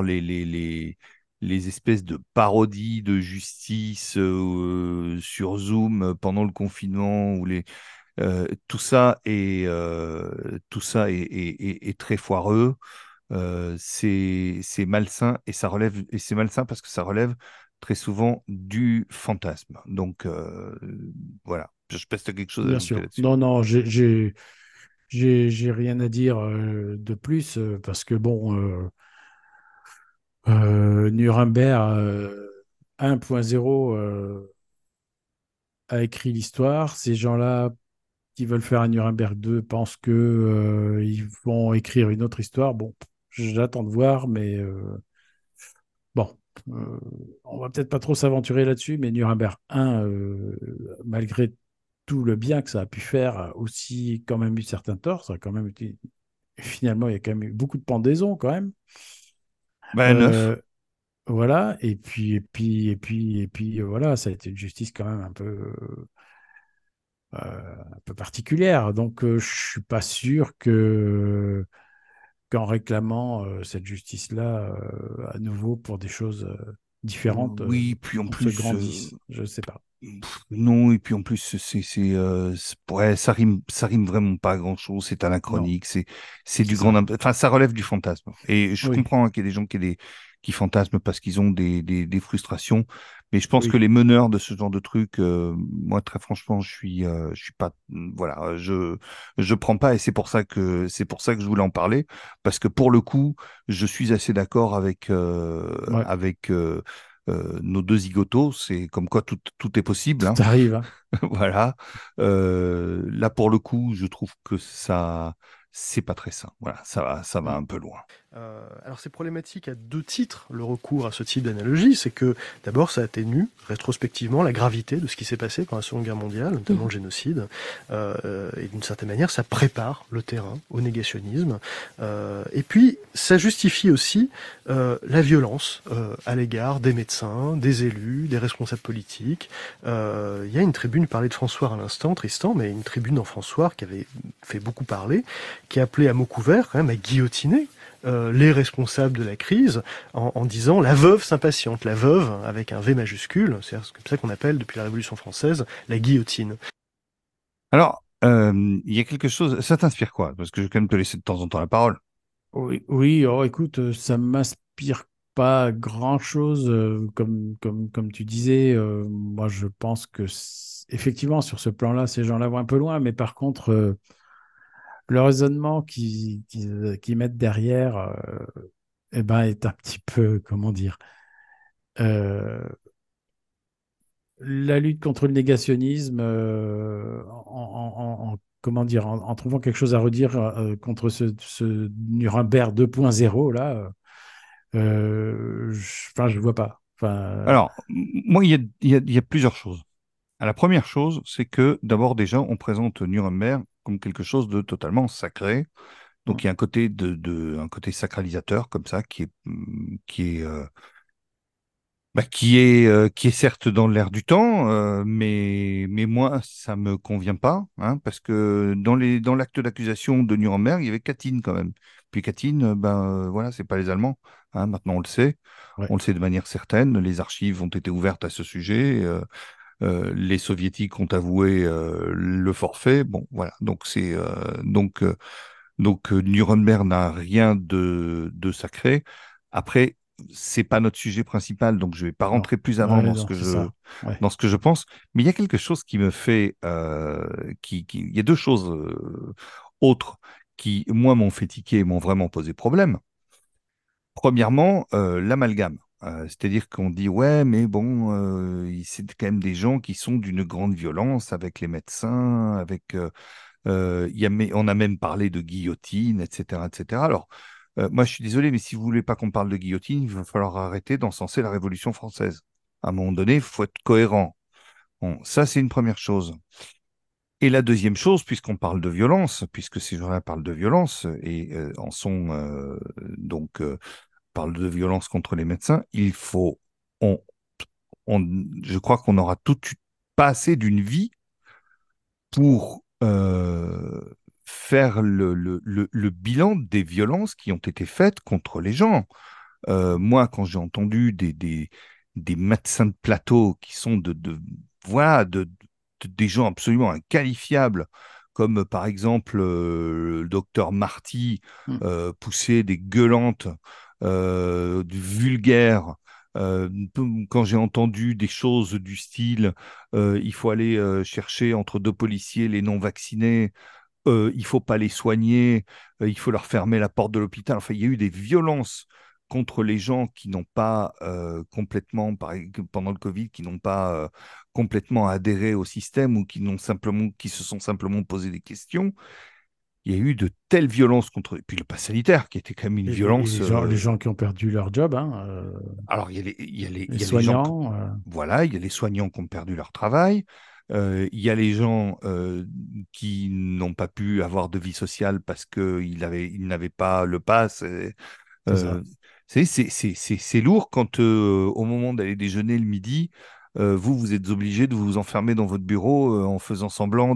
les espèces de parodies de justice sur Zoom pendant le confinement, tout ça est très foireux. C'est malsain et c'est malsain parce que ça relève très souvent du fantasme. Donc voilà, je sais pas si tu as quelque chose à Bien ajouter sûr. là-dessus. Non, non, j'ai rien à dire de plus parce que bon, Nuremberg 1.0 a écrit l'histoire. Ces gens-là qui veulent faire un Nuremberg 2 pensent que ils vont écrire une autre histoire. Bon, j'attends de voir, mais bon, euh, on va peut-être pas trop s'aventurer là-dessus. Mais Nuremberg 1, malgré tout le bien que ça a pu faire, a aussi quand même eu certains torts. Ça a quand même été finalement, il y a quand même eu beaucoup de pendaisons quand même. Ben neuf. Euh, voilà, voilà, ça a été une justice quand même un peu particulière. Donc, je suis pas sûr que qu'en réclamant cette justice-là à nouveau pour des choses différentes, Oui, puis en on se plus, grandisse. Je sais pas. non, et puis en plus, ouais, ça rime vraiment pas à grand-chose, c'est Non, anachronique, c'est c'est du grand, ça. enfin, ça relève du fantasme. Et je Oui, comprends hein, qu'il y a des gens qui fantasment parce qu'ils ont des frustrations, mais je pense que oui, les meneurs de ce genre de truc, moi, très franchement, je suis pas, voilà, je prends pas, et c'est pour ça que je voulais en parler, parce que pour le coup, je suis assez d'accord ouais, avec, nos deux zigotos, c'est comme quoi tout est possible, hein. tout arrive, hein. Voilà. Là, pour le coup, je trouve que c'est pas très sain. Voilà, ça va Mm. un peu loin. Alors c'est problématique à deux titres, le recours à ce type d'analogie. C'est que d'abord ça atténue rétrospectivement la gravité de ce qui s'est passé pendant la Seconde Guerre mondiale, notamment le génocide, et d'une certaine manière ça prépare le terrain au négationnisme. Et puis ça justifie aussi la violence à l'égard des médecins, des élus, des responsables politiques. Il y a une tribune, parlait de François à l'instant, Tristan, mais une tribune dans François qui avait fait beaucoup parler, qui appelait à mots couverts quand même à guillotiner les responsables de la crise en disant la veuve s'impatiente, la veuve avec un V majuscule, c'est comme ça qu'on appelle depuis la Révolution française la guillotine. Alors, il y a quelque chose. Ça t'inspire quoi? Parce que je vais quand même te laisser de temps en temps la parole. Oui, oui, oh, écoute, ça m'inspire pas grand-chose, comme tu disais. Moi, je pense que effectivement, sur ce plan-là, ces gens-là vont un peu loin, mais par contre, le raisonnement qu'ils mettent derrière, eh ben, est un petit peu, comment dire, euh, la lutte contre le négationnisme, comment dire, en trouvant quelque chose à redire contre ce Nuremberg 2.0 là. Enfin, je vois pas. Enfin, Alors, moi, il y a plusieurs choses. La première chose, c'est que d'abord, déjà, on présente Nuremberg comme quelque chose de totalement sacré. Donc, il y a un côté un côté sacralisateur comme ça qui est certes dans l'air du temps, mais moi, ça me convient pas, hein, parce que dans l'acte d'accusation de Nuremberg, il y avait Katyn quand même. Puis Katyn, voilà, c'est pas les Allemands, hein, maintenant ouais, on le sait de manière certaine, les archives ont été ouvertes à ce sujet, les Soviétiques ont avoué le forfait, bon, voilà, donc Nuremberg n'a rien de sacré. Après, c'est pas notre sujet principal, donc je vais pas non, rentrer plus avant ouais, non, c'est ça. Ouais, dans ce que je pense. Mais il y a quelque chose qui me fait, il y a deux choses autres qui, moi, m'ont fait tiquer et m'ont vraiment posé problème. Premièrement, l'amalgame. C'est-à-dire qu'on dit, ouais, mais bon, c'est quand même des gens qui sont d'une grande violence avec les médecins, on a même parlé de guillotine, etc., etc. Alors, moi, je suis désolé, mais si vous voulez pas qu'on parle de guillotine, il va falloir arrêter d'encenser la Révolution française. À un moment donné, il faut être cohérent. Bon, ça, c'est une première chose. Et la deuxième chose, puisqu'on parle de violence, puisque ces gens-là parlent de violence et en sont parlent de violence contre les médecins, on, je crois qu'on aura pas assez d'une vie pour faire le bilan des violences qui ont été faites contre les gens. Moi, quand j'ai entendu des médecins de plateau qui sont voilà, des gens absolument inqualifiables, comme par exemple le docteur Marty, mm, pousser des gueulantes, du vulgaire. Euh, Quand j'ai entendu des choses du style, il faut aller chercher entre deux policiers les non vaccinés, il faut pas les soigner, il faut leur fermer la porte de l'hôpital. Enfin, il y a eu des violences contre les gens qui n'ont pas complètement, pendant le Covid, qui n'ont pas complètement adhéré au système ou qui se sont simplement posé des questions. Il y a eu de telles violences contre. Et puis le pass sanitaire, qui était quand même une et violence. les gens qui ont perdu leur job, hein, Alors, les il y a les gens. soignants, Voilà, il y a les soignants qui ont perdu leur travail. Il y a les gens qui n'ont pas pu avoir de vie sociale parce qu'ils n'avaient pas le pass. c'est ça. Euh, c'est lourd quand, au moment d'aller déjeuner le midi, vous êtes obligé de vous enfermer dans votre bureau en faisant semblant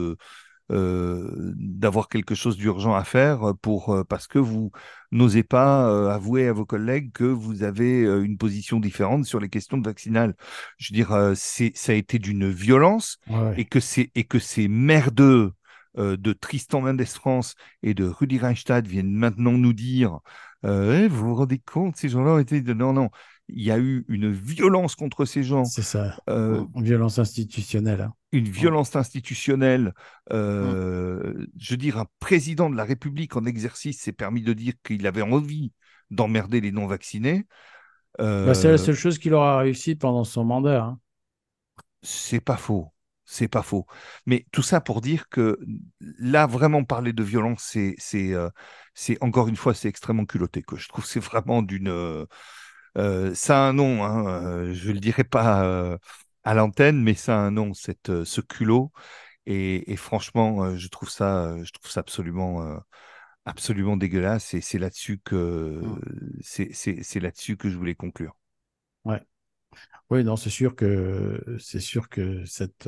d'avoir quelque chose d'urgent à faire parce que vous n'osez pas avouer à vos collègues que vous avez une position différente sur les questions de vaccinales. Je veux dire, ça a été d'une violence Ouais, ouais. et que ces merdeux de Tristan Mendès France et de Rudi Reichstadt viennent maintenant nous dire, vous vous rendez compte, ces gens-là ont été... Non, non, il y a eu une violence contre ces gens. C'est ça. euh, Violence institutionnelle. Hein. une Mm, violence institutionnelle. mm. Je veux dire, un président de la République en exercice s'est permis de dire qu'il avait envie d'emmerder les non-vaccinés. Bah, c'est la Euh, seule chose qu'il aura réussi pendant son mandat. Hein. c'est pas faux. C'est pas faux. Mais tout ça pour dire que là, vraiment parler de violence, c'est encore une fois, c'est extrêmement culotté, que je trouve que c'est vraiment ça a un nom, hein, je le dirai pas à l'antenne, mais ça a un nom, ce culot. Et franchement, je trouve ça absolument dégueulasse. Et c'est là-dessus Mm. c'est là-dessus que je voulais conclure. Ouais. Oui, non, c'est sûr que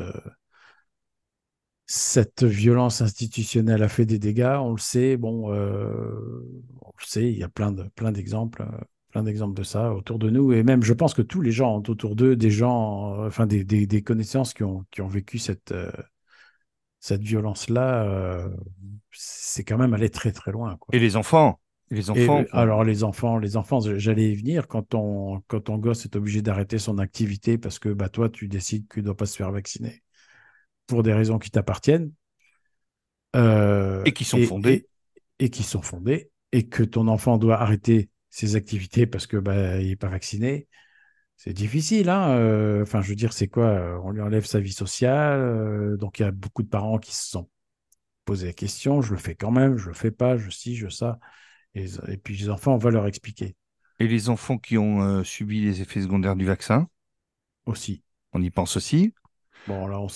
cette violence institutionnelle a fait des dégâts. On le sait. Bon, on le sait. Il y a plein d'exemples de ça autour de nous. Et même, je pense que tous les gens ont autour d'eux des gens, enfin des connaissances qui ont vécu cette violence-là. C'est quand même allé très très loin, Et quoi. les enfants, Les Et enfants alors vont... les enfants, j'allais y venir quand ton gosse est obligé d'arrêter son activité parce que bah toi tu décides qu'il ne doit pas se faire vacciner pour des raisons qui t'appartiennent euh, Et qui sont et, fondés. et, et qui sont fondées et que ton enfant doit arrêter ses activités parce que bah il est pas vacciné, c'est difficile, hein. Enfin, je veux dire, c'est quoi? On lui enlève sa vie sociale. Donc il y a beaucoup de parents qui se sont posé la question. Je le fais quand même, je le fais pas, je ci, je ça. Et puis les enfants, on va leur expliquer Et les enfants qui ont subi les effets secondaires du vaccin, aussi. on y pense aussi. Bon, là,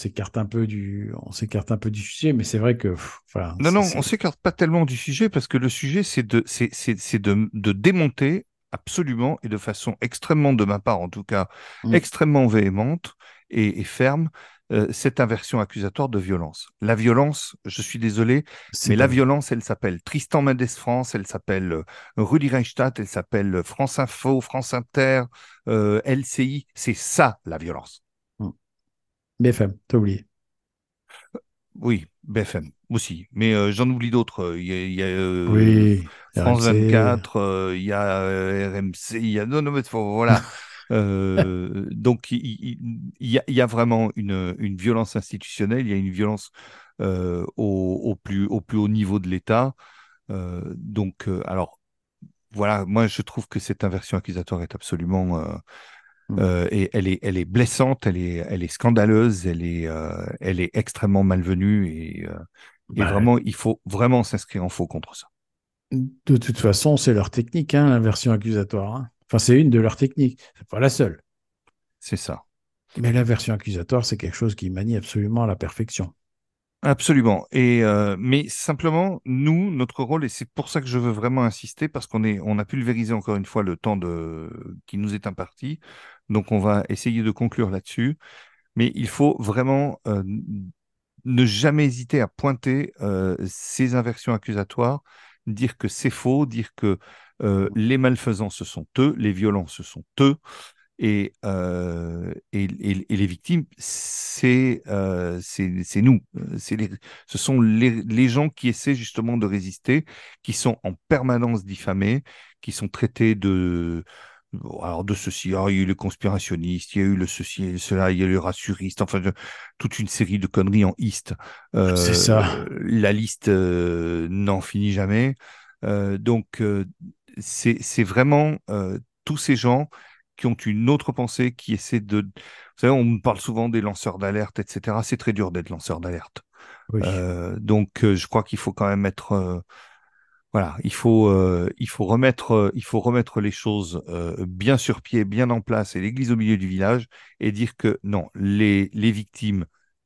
on s'écarte un peu du sujet, mais c'est vrai que, enfin, Non, non, on s'écarte pas tellement du sujet parce que le sujet, c'est de démonter absolument et de façon extrêmement, de ma part en tout cas, mm, extrêmement véhémente et ferme, cette inversion accusatoire de violence. La violence, je suis désolé, c'est mais pas la bon. violence, elle s'appelle Tristan Mendes France, elle s'appelle Rudi Reichstadt, elle s'appelle France Info, France Inter, LCI, c'est ça la violence. Mm. BFM, t'as oublié. Oui, BFM aussi, mais j'en oublie d'autres. Il y a Oui, France RMC. 24, il y a RMC, il y a non, non, mais voilà. Donc il y a vraiment une violence institutionnelle, il y a une violence au plus haut niveau de l'État. Alors voilà, moi je trouve que cette inversion accusatoire est absolument Mm. et elle est blessante, elle est scandaleuse, elle est extrêmement malvenue et Bah, vraiment, il faut vraiment s'inscrire en faux contre ça. de toute façon, c'est leur technique, hein, l'inversion accusatoire, hein. Enfin, c'est une de leurs techniques. C'est pas la seule. C'est ça. Mais l'inversion accusatoire, c'est quelque chose qui manie absolument à la perfection. Absolument. Mais simplement, nous, notre rôle, et c'est pour ça que je veux vraiment insister, parce on a pulvérisé encore une fois le temps qui nous est imparti. Donc, on va essayer de conclure là-dessus. Mais il faut vraiment ne jamais hésiter à pointer ces inversions accusatoires, dire que c'est faux, dire que les malfaisants, ce sont eux, les violents, ce sont eux, et les victimes, c'est nous. Ce sont les gens qui essaient justement de résister, qui sont en permanence diffamés, qui sont traités bon, alors de ceci, il y a eu le conspirationniste, il y a eu le ceci et cela, il y a eu le rassuriste, enfin, toute une série de conneries en iste. C'est ça. La liste n'en finit jamais. Donc, c'est vraiment tous ces gens qui ont une autre pensée, qui essaient de... Vous savez, on me parle souvent des lanceurs d'alerte, etc. C'est très dur d'être lanceur d'alerte. Oui. Donc, je crois qu'il faut quand même être... voilà, il faut remettre les choses bien sur pied, bien en place, et l'église au milieu du village, et dire que non, les victimes,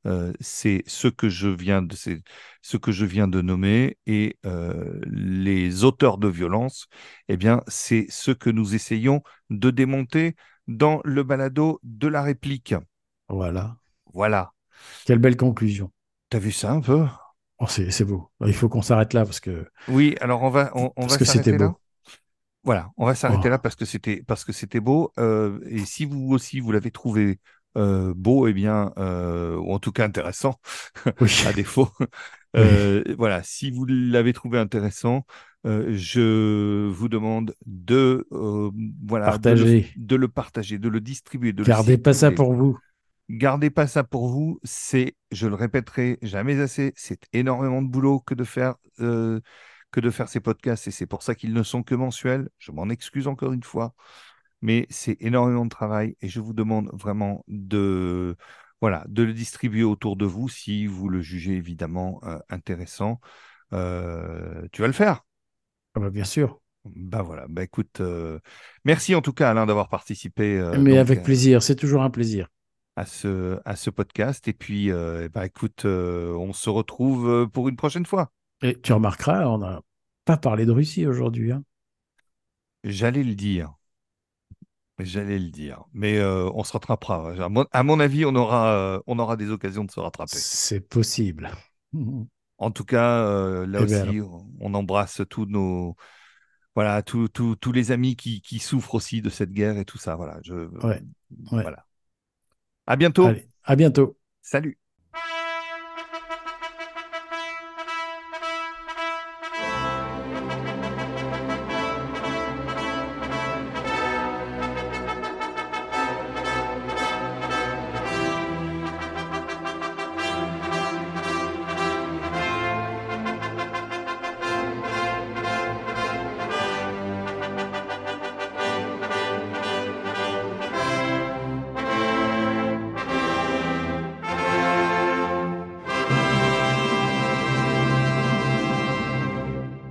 c'est ce que je viens de nommer, et les auteurs de violence, eh bien, c'est ce que nous essayons de démonter dans le balado de la réplique. Voilà. Voilà. Quelle belle conclusion. T'as vu ça un peu? Oh, c'est beau. Il faut qu'on s'arrête là Oui, alors on va c'était s'arrêter là. beau. Voilà, on va s'arrêter là Oh, parce que c'était beau. Et si vous aussi vous l'avez trouvé beau, eh bien, ou en tout cas intéressant, oui, à défaut. oui. Voilà, si vous l'avez trouvé intéressant, je vous demande voilà, Partagez. de le partager, de le distribuer, de le Gardez pas ça circuler. pour vous. Gardez pas ça pour vous. Je le répéterai jamais assez, c'est énormément de boulot que de faire ces podcasts, et c'est pour ça qu'ils ne sont que mensuels. Je m'en excuse encore une fois, mais c'est énormément de travail, et je vous demande vraiment voilà, de le distribuer autour de vous si vous le jugez évidemment intéressant. Tu vas le faire? Ah bah, bien sûr. Bah voilà, bah écoute, merci en tout cas Alain d'avoir participé Mais donc avec plaisir. C'est toujours un plaisir. à ce podcast. Et puis, bah, écoute, on se retrouve pour une prochaine fois. Et tu remarqueras, on n'a pas parlé de Russie aujourd'hui, hein. J'allais le dire. J'allais le dire. Mais on se rattrapera. À mon avis, on aura des occasions de se rattraper. C'est possible. En tout cas, là Eh bien alors. aussi, on embrasse voilà, tous les amis qui souffrent aussi de cette guerre et tout ça. Voilà. Ouais, ouais. Voilà. À bientôt. Allez, à bientôt. Salut.